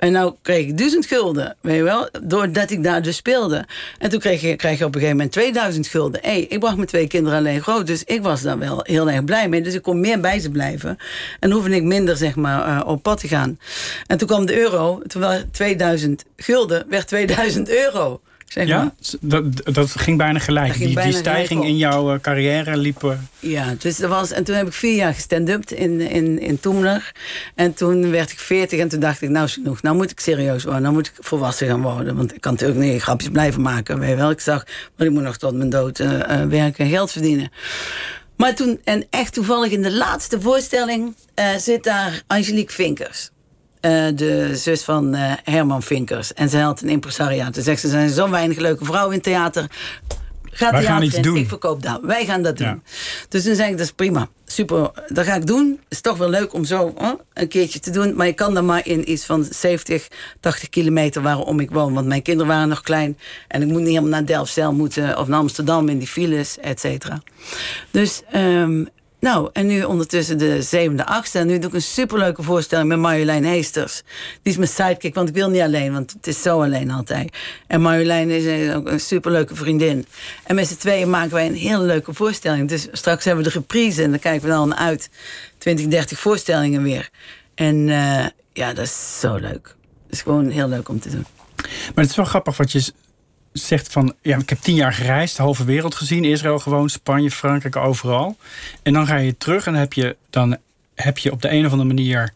En nou kreeg ik duizend gulden, weet je wel, doordat ik daar dus speelde. En toen kreeg je, kreeg je op een gegeven moment tweeduizend gulden. Hé, hey, ik bracht mijn twee kinderen alleen groot, dus ik was daar wel heel erg blij mee. Dus ik kon meer bij ze blijven. En dan hoefde ik minder, zeg maar, uh, op pad te gaan. En toen kwam de euro, toen was tweeduizend gulden, werd tweeduizend euro. Zeg maar. Ja, dat, dat ging bijna gelijk. Ging die, bijna die stijging gelijk in jouw carrière liep... Uh... Ja, dus dat was, en toen heb ik vier jaar gestand-upt in, in, in Toemler. En toen werd ik veertig en toen dacht ik, nou is genoeg. Nou moet ik serieus worden, nou moet ik volwassen gaan worden. Want ik kan natuurlijk niet grapjes blijven maken. Weet je wel. Ik zag, maar ik moet nog tot mijn dood uh, uh, werken en geld verdienen. Maar toen, en echt toevallig in de laatste voorstelling... Uh, zit daar Angelique Vinkers. Uh, de zus van uh, Herman Vinkers. En ze had een impresariaat. Ze zegt, ze zijn zo'n weinig leuke vrouwen in theater. Ga Wij gaan iets in, doen. Ik verkoop dat. Wij gaan dat doen. Ja. Dus toen zei ik, dat is prima. Super, dat ga ik doen. Het is toch wel leuk om zo oh, een keertje te doen. Maar je kan dan maar in iets van zeventig, tachtig kilometer waarom ik woon. Want mijn kinderen waren nog klein. En ik moet niet helemaal naar Delfzijl moeten. Of naar Amsterdam in die files, et cetera. Dus... Um, Nou, en nu ondertussen de zevende, achtste. En nu doe ik een superleuke voorstelling met Marjolein Heesters. Die is mijn sidekick, want ik wil niet alleen, want het is zo alleen altijd. En Marjolein is ook een superleuke vriendin. En met z'n tweeën maken wij een hele leuke voorstelling. Dus straks hebben we de reprise en dan kijken we dan uit. twintig, dertig voorstellingen weer. En uh, ja, dat is zo leuk. Het is gewoon heel leuk om te doen. Maar het is wel grappig wat je zegt van... ja, ik heb tien jaar gereisd, de halve wereld gezien. Israël gewoon, Spanje, Frankrijk, overal. En dan ga je terug en dan heb je, dan heb je op de een of andere manier...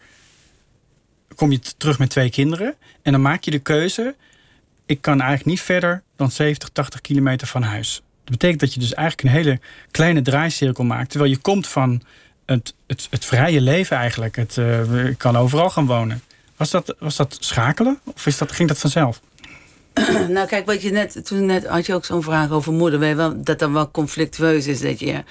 kom je terug met twee kinderen. En dan maak je de keuze... ik kan eigenlijk niet verder dan zeventig, tachtig kilometer van huis. Dat betekent dat je dus eigenlijk een hele kleine draaicirkel maakt. Terwijl je komt van het, het, het vrije leven eigenlijk. Het, uh, ik kan overal gaan wonen. Was dat, was dat schakelen? Of is dat, ging dat vanzelf? Nou, kijk, wat je net, toen net had je ook zo'n vraag over moeder. Weet je wel, dat dat wel conflictueus is. Dat je,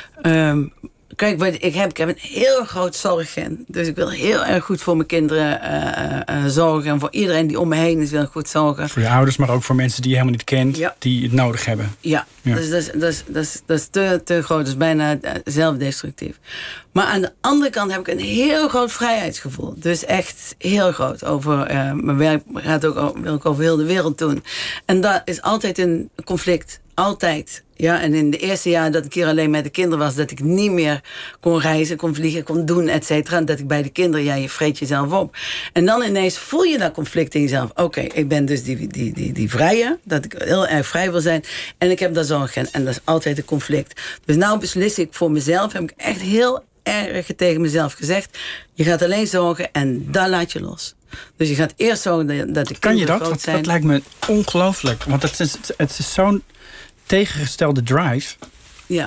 um, kijk, wat ik heb, ik heb een heel groot zorggen. Dus ik wil heel erg goed voor mijn kinderen uh, uh, zorgen. En voor iedereen die om me heen is, wil ik goed zorgen. Voor je ouders, maar ook voor mensen die je helemaal niet kent. Ja. Die het nodig hebben. Ja, ja. Dus dat is, dat is, dat is, dat is te, te groot. Dat is bijna uh, zelfdestructief. Maar aan de andere kant heb ik een heel groot vrijheidsgevoel. Dus echt heel groot. Over uh, mijn werk gaat ook, wil ik over heel de wereld doen. En dat is altijd een conflict. Altijd. Ja, en in de eerste jaar dat ik hier alleen met de kinderen was... dat ik niet meer kon reizen, kon vliegen, kon doen, et cetera. En dat ik bij de kinderen, ja, je vreet jezelf op. En dan ineens voel je dat conflict in jezelf. Oké, okay, ik ben dus die, die, die, die vrije, dat ik heel erg vrij wil zijn. En ik heb dat zorgen. En dat is altijd een conflict. Dus nou beslis ik voor mezelf, heb ik echt heel erg tegen mezelf gezegd... je gaat alleen zorgen en daar laat je los. Dus je gaat eerst zorgen dat de kinderen kan je dat? groot Want zijn. dat lijkt me ongelooflijk. Want het is, het is zo'n tegengestelde drive. Ja.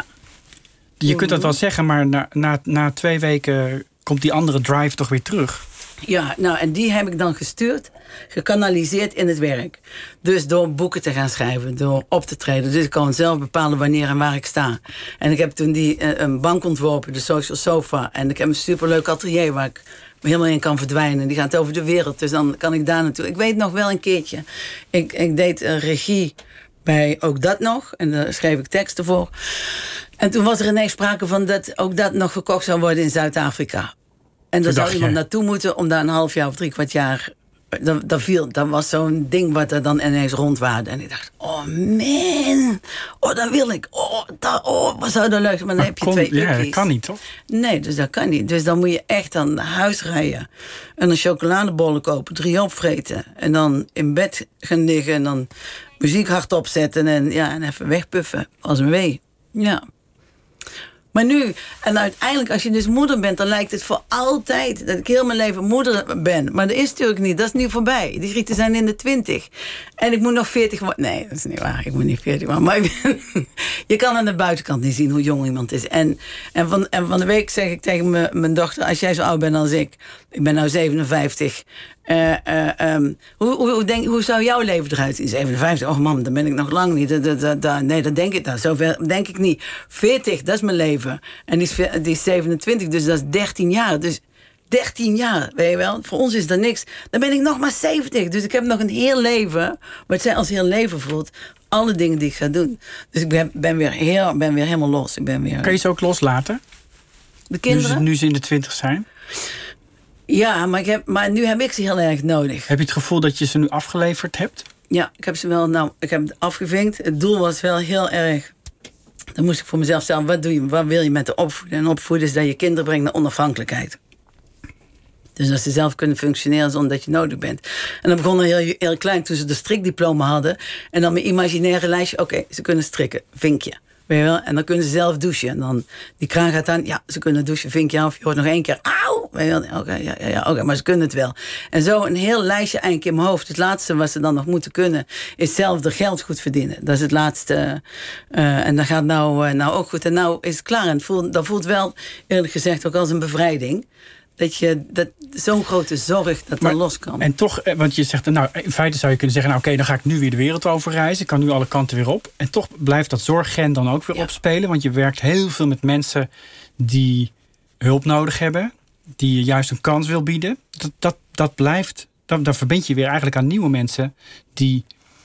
Je kunt dat wel zeggen, maar na, na, na twee weken komt die andere drive toch weer terug. Ja, nou, en die heb ik dan gestuurd, gekanaliseerd in het werk. Dus door boeken te gaan schrijven, door op te treden. Dus ik kan zelf bepalen wanneer en waar ik sta. En ik heb toen die, uh, een bank ontworpen, de Social Sofa. En ik heb een superleuk atelier waar ik helemaal in kan verdwijnen. Die gaat over de wereld, dus dan kan ik daar naartoe. Ik weet nog wel een keertje, ik, ik deed uh, regie bij Ook Dat Nog. En daar schreef ik teksten voor. En toen was er ineens sprake van dat Ook Dat Nog verkocht zou worden in Zuid-Afrika. En daar zou iemand naartoe moeten om daar een half jaar of drie kwart jaar... Dat, dat, viel, dat was zo'n ding wat er dan ineens rondwaarde. En ik dacht, oh man, oh dat wil ik. Oh, dat, oh wat zou dat leuk zijn. Maar dan maar heb je kon, twee ja, uurtjes. dat kan niet, toch? Nee, dus dat kan niet. Dus dan moet je echt dan naar huis rijden. En een chocoladebollen kopen, drie opvreten. En dan in bed gaan liggen en dan muziek hardop zetten. En, ja, en even wegpuffen als een wee. Ja. Maar nu, en uiteindelijk als je dus moeder bent... dan lijkt het voor altijd dat ik heel mijn leven moeder ben. Maar dat is natuurlijk niet, dat is nu voorbij. Die Grieten zijn in de twintig. En ik moet nog veertig worden. Nee, dat is niet waar, ik moet niet veertig worden. Maar ik ben, je kan aan de buitenkant niet zien hoe jong iemand is. En, en, van, en van de week zeg ik tegen me, mijn dochter... als jij zo oud bent als ik, ik ben nou zevenenvijftig... Uh, uh, um, hoe, hoe, hoe, denk, hoe zou jouw leven eruit zien? zevenenvijftig, oh man, dan ben ik nog lang niet. Da, da, da, nee, dat denk ik nou. Zover denk ik niet. veertig, dat is mijn leven. En die is, die is zevenentwintig, dus dat is dertien jaar. Dus dertien jaar, weet je wel. Voor ons is dat niks. Dan ben ik nog maar zeventig. Dus ik heb nog een heel leven, wat zij als heel leven voelt. Alle dingen die ik ga doen. Dus ik ben, ben, weer, heel, ben weer helemaal los. Ik ben weer, kan je ze ook loslaten? de kinderen? Nu ze, nu ze in de twintig zijn? Ja, maar, ik heb, maar nu heb ik ze heel erg nodig. Heb je het gevoel dat je ze nu afgeleverd hebt? Ja, ik heb ze wel, nou, ik heb het afgevinkt. Het doel was wel heel erg. Dan moest ik voor mezelf stellen, wat doe je, wat wil je met de opvoeden? En opvoeden is dat je kinderen brengt naar onafhankelijkheid. Dus dat ze zelf kunnen functioneren zonder dat je nodig bent. En dan begon heel, heel klein, toen ze de strikdiploma hadden. En dan mijn imaginaire lijstje, oké, okay, ze kunnen strikken, vinkje. Weet je wel? En dan kunnen ze zelf douchen. En dan, die kraan gaat aan, ja, ze kunnen douchen, vinkje af. Je hoort nog één keer, auw! Weet je wel? Oké, okay, ja, ja, ja, okay, maar ze kunnen het wel. En zo een heel lijstje eigenlijk in mijn hoofd. Het laatste wat ze dan nog moeten kunnen, is zelf er geld goed verdienen. Dat is het laatste. Uh, en dat gaat nou, uh, nou ook goed. En nou is het klaar. En het voelt, dat voelt wel, eerlijk gezegd, ook als een bevrijding. Dat je dat zo'n grote zorg dat maar, dan los kan. En toch, want je zegt, nou, in feite zou je kunnen zeggen, nou, oké, okay, dan ga ik nu weer de wereld over reizen. Ik kan nu alle kanten weer op. En toch blijft dat zorggen dan ook weer ja. opspelen. Want je werkt heel veel met mensen die hulp nodig hebben. Die je juist een kans wil bieden. Dat, dat, dat blijft, dat, dat verbind je weer eigenlijk aan nieuwe mensen die...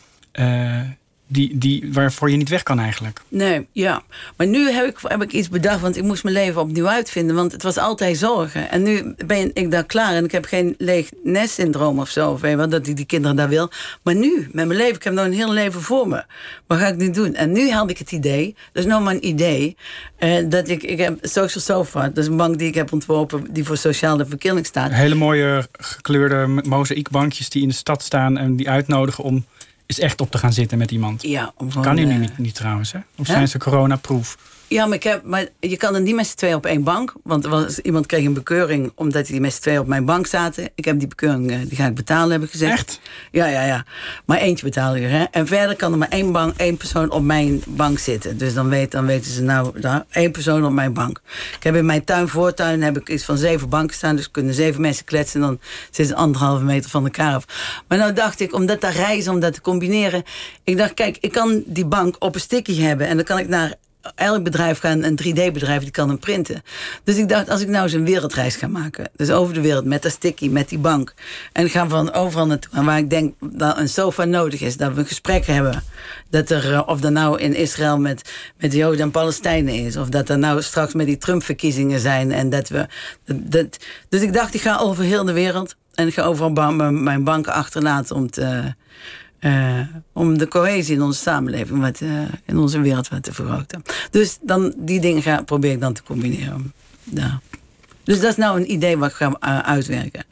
Uh, Die, die, waarvoor je niet weg kan eigenlijk. Nee, ja. Maar nu heb ik, heb ik iets bedacht, want ik moest mijn leven opnieuw uitvinden. Want het was altijd zorgen. En nu ben ik daar klaar en ik heb geen leeg nest-syndroom of zo. Of weet je wel, dat ik die kinderen daar wil. Maar nu, met mijn leven, ik heb nog een heel leven voor me. Wat ga ik nu doen? En nu had ik het idee, dat is nou mijn idee, eh, dat ik, ik heb Social Sofa, dat is een bank die ik heb ontworpen, die voor sociale verkilling staat. Hele mooie gekleurde mozaïekbankjes die in de stad staan en die uitnodigen om is echt op te gaan zitten met iemand. Ja, om gewoon, kan nu uh, niet, niet trouwens, hè? Of zijn ze coronaproof? Ja, maar, ik heb, maar je kan er niet met z'n tweeën op één bank. Want er was, iemand kreeg een bekeuring omdat die met z'n tweeën op mijn bank zaten. Ik heb die bekeuring, uh, die ga ik betalen, heb ik gezegd. Echt? Ja, ja, ja. Maar eentje betaal je. Hè? En verder kan er maar één, bank, één persoon op mijn bank zitten. Dus dan, weet, dan weten ze nou, daar, één persoon op mijn bank. Ik heb in mijn tuin, voortuin, heb ik iets van zeven banken staan. Dus kunnen zeven mensen kletsen en dan zitten ze anderhalve meter van elkaar af. Maar nou dacht ik, om dat te reizen, om dat te combineren. Ik dacht, kijk, ik kan die bank op een sticky hebben. En dan kan ik naar elk bedrijf gaan, een drie D-bedrijf, die kan hem printen. Dus ik dacht, als ik nou eens een wereldreis ga maken, dus over de wereld, met dat sticky, met die bank, en ik ga van overal naartoe, en waar ik denk dat een sofa nodig is, dat we een gesprek hebben, dat er, of dat nou in Israël met, met Joden en Palestijnen is, of dat er nou straks met die Trump-verkiezingen zijn, en dat we... Dat, dat, dus ik dacht, ik ga over heel de wereld, en ik ga overal mijn banken achterlaten om te... Uh, om de cohesie in onze samenleving, wat, uh, in onze wereld wat te vergroten. Dus dan, die dingen ga, probeer ik dan te combineren. Ja. Dus dat is nou een idee wat ik ga uh, uitwerken.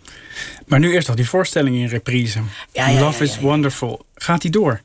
Maar nu eerst nog die voorstelling in reprise. Ja, ja, Love ja, ja, is ja. Wonderful. Gaat die door?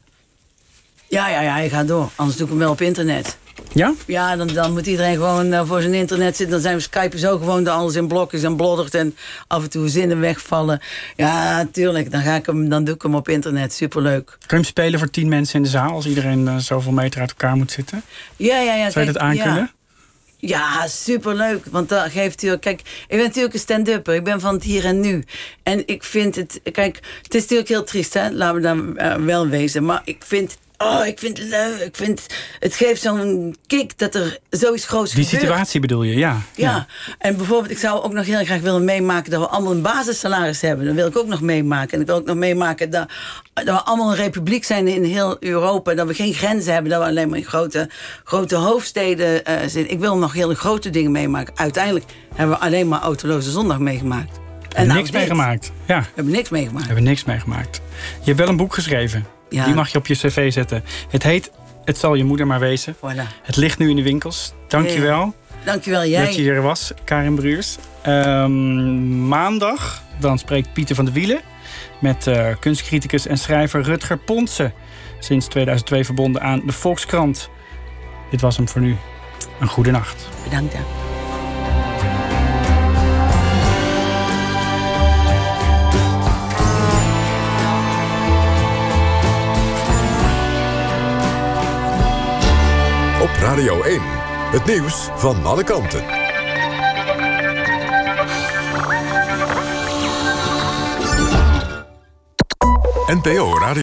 Ja, ja, ja, hij gaat door. Anders doe ik hem wel op internet. Ja? Ja, dan, dan moet iedereen gewoon uh, voor zijn internet zitten. Dan zijn we Skype zo gewoon dat alles in blokjes en bloddert en af en toe zinnen wegvallen. Ja, tuurlijk. Dan, ga ik hem, dan doe ik hem op internet. Superleuk. Kun je hem spelen voor tien mensen in de zaal als iedereen uh, zoveel meter uit elkaar moet zitten? Ja, ja, ja. Zou je dat aankunnen? Ja. Ja, superleuk. Want dat geeft natuurlijk... Kijk, ik ben natuurlijk een stand-upper. Ik ben van het hier en nu. En ik vind het... Kijk, het is natuurlijk heel triest, hè. Laten we dan uh, wel wezen. Maar ik vind... Oh, ik vind het leuk. Ik vind, het geeft zo'n kick dat er zoiets groots Die gebeurt. situatie bedoel je, ja. Ja. ja. En bijvoorbeeld, ik zou ook nog heel graag willen meemaken dat we allemaal een basissalaris hebben. Dat wil ik ook nog meemaken. En ik wil ook nog meemaken dat, dat we allemaal een republiek zijn in heel Europa. Dat we geen grenzen hebben. Dat we alleen maar in grote, grote hoofdsteden uh, zitten. Ik wil nog hele grote dingen meemaken. Uiteindelijk hebben we alleen maar autoloze zondag meegemaakt. We hebben nou, niks dit. meegemaakt. Ja. We hebben niks meegemaakt. We hebben niks meegemaakt. Je hebt wel een boek geschreven. Ja. Die mag je op je cv zetten. Het heet Het zal je moeder maar wezen. Voilà. Het ligt nu in de winkels. Dank je wel. Dankjewel jij. Dat je hier was, Karin Bruurs. Um, maandag dan spreekt Pieter van de Wielen met uh, kunstcriticus en schrijver Rutger Ponsen. Sinds tweeduizend twee verbonden aan de Volkskrant. Dit was hem voor nu. Een goede nacht. Bedankt. Hè. Op Radio één, het nieuws van alle kanten. N P O Radio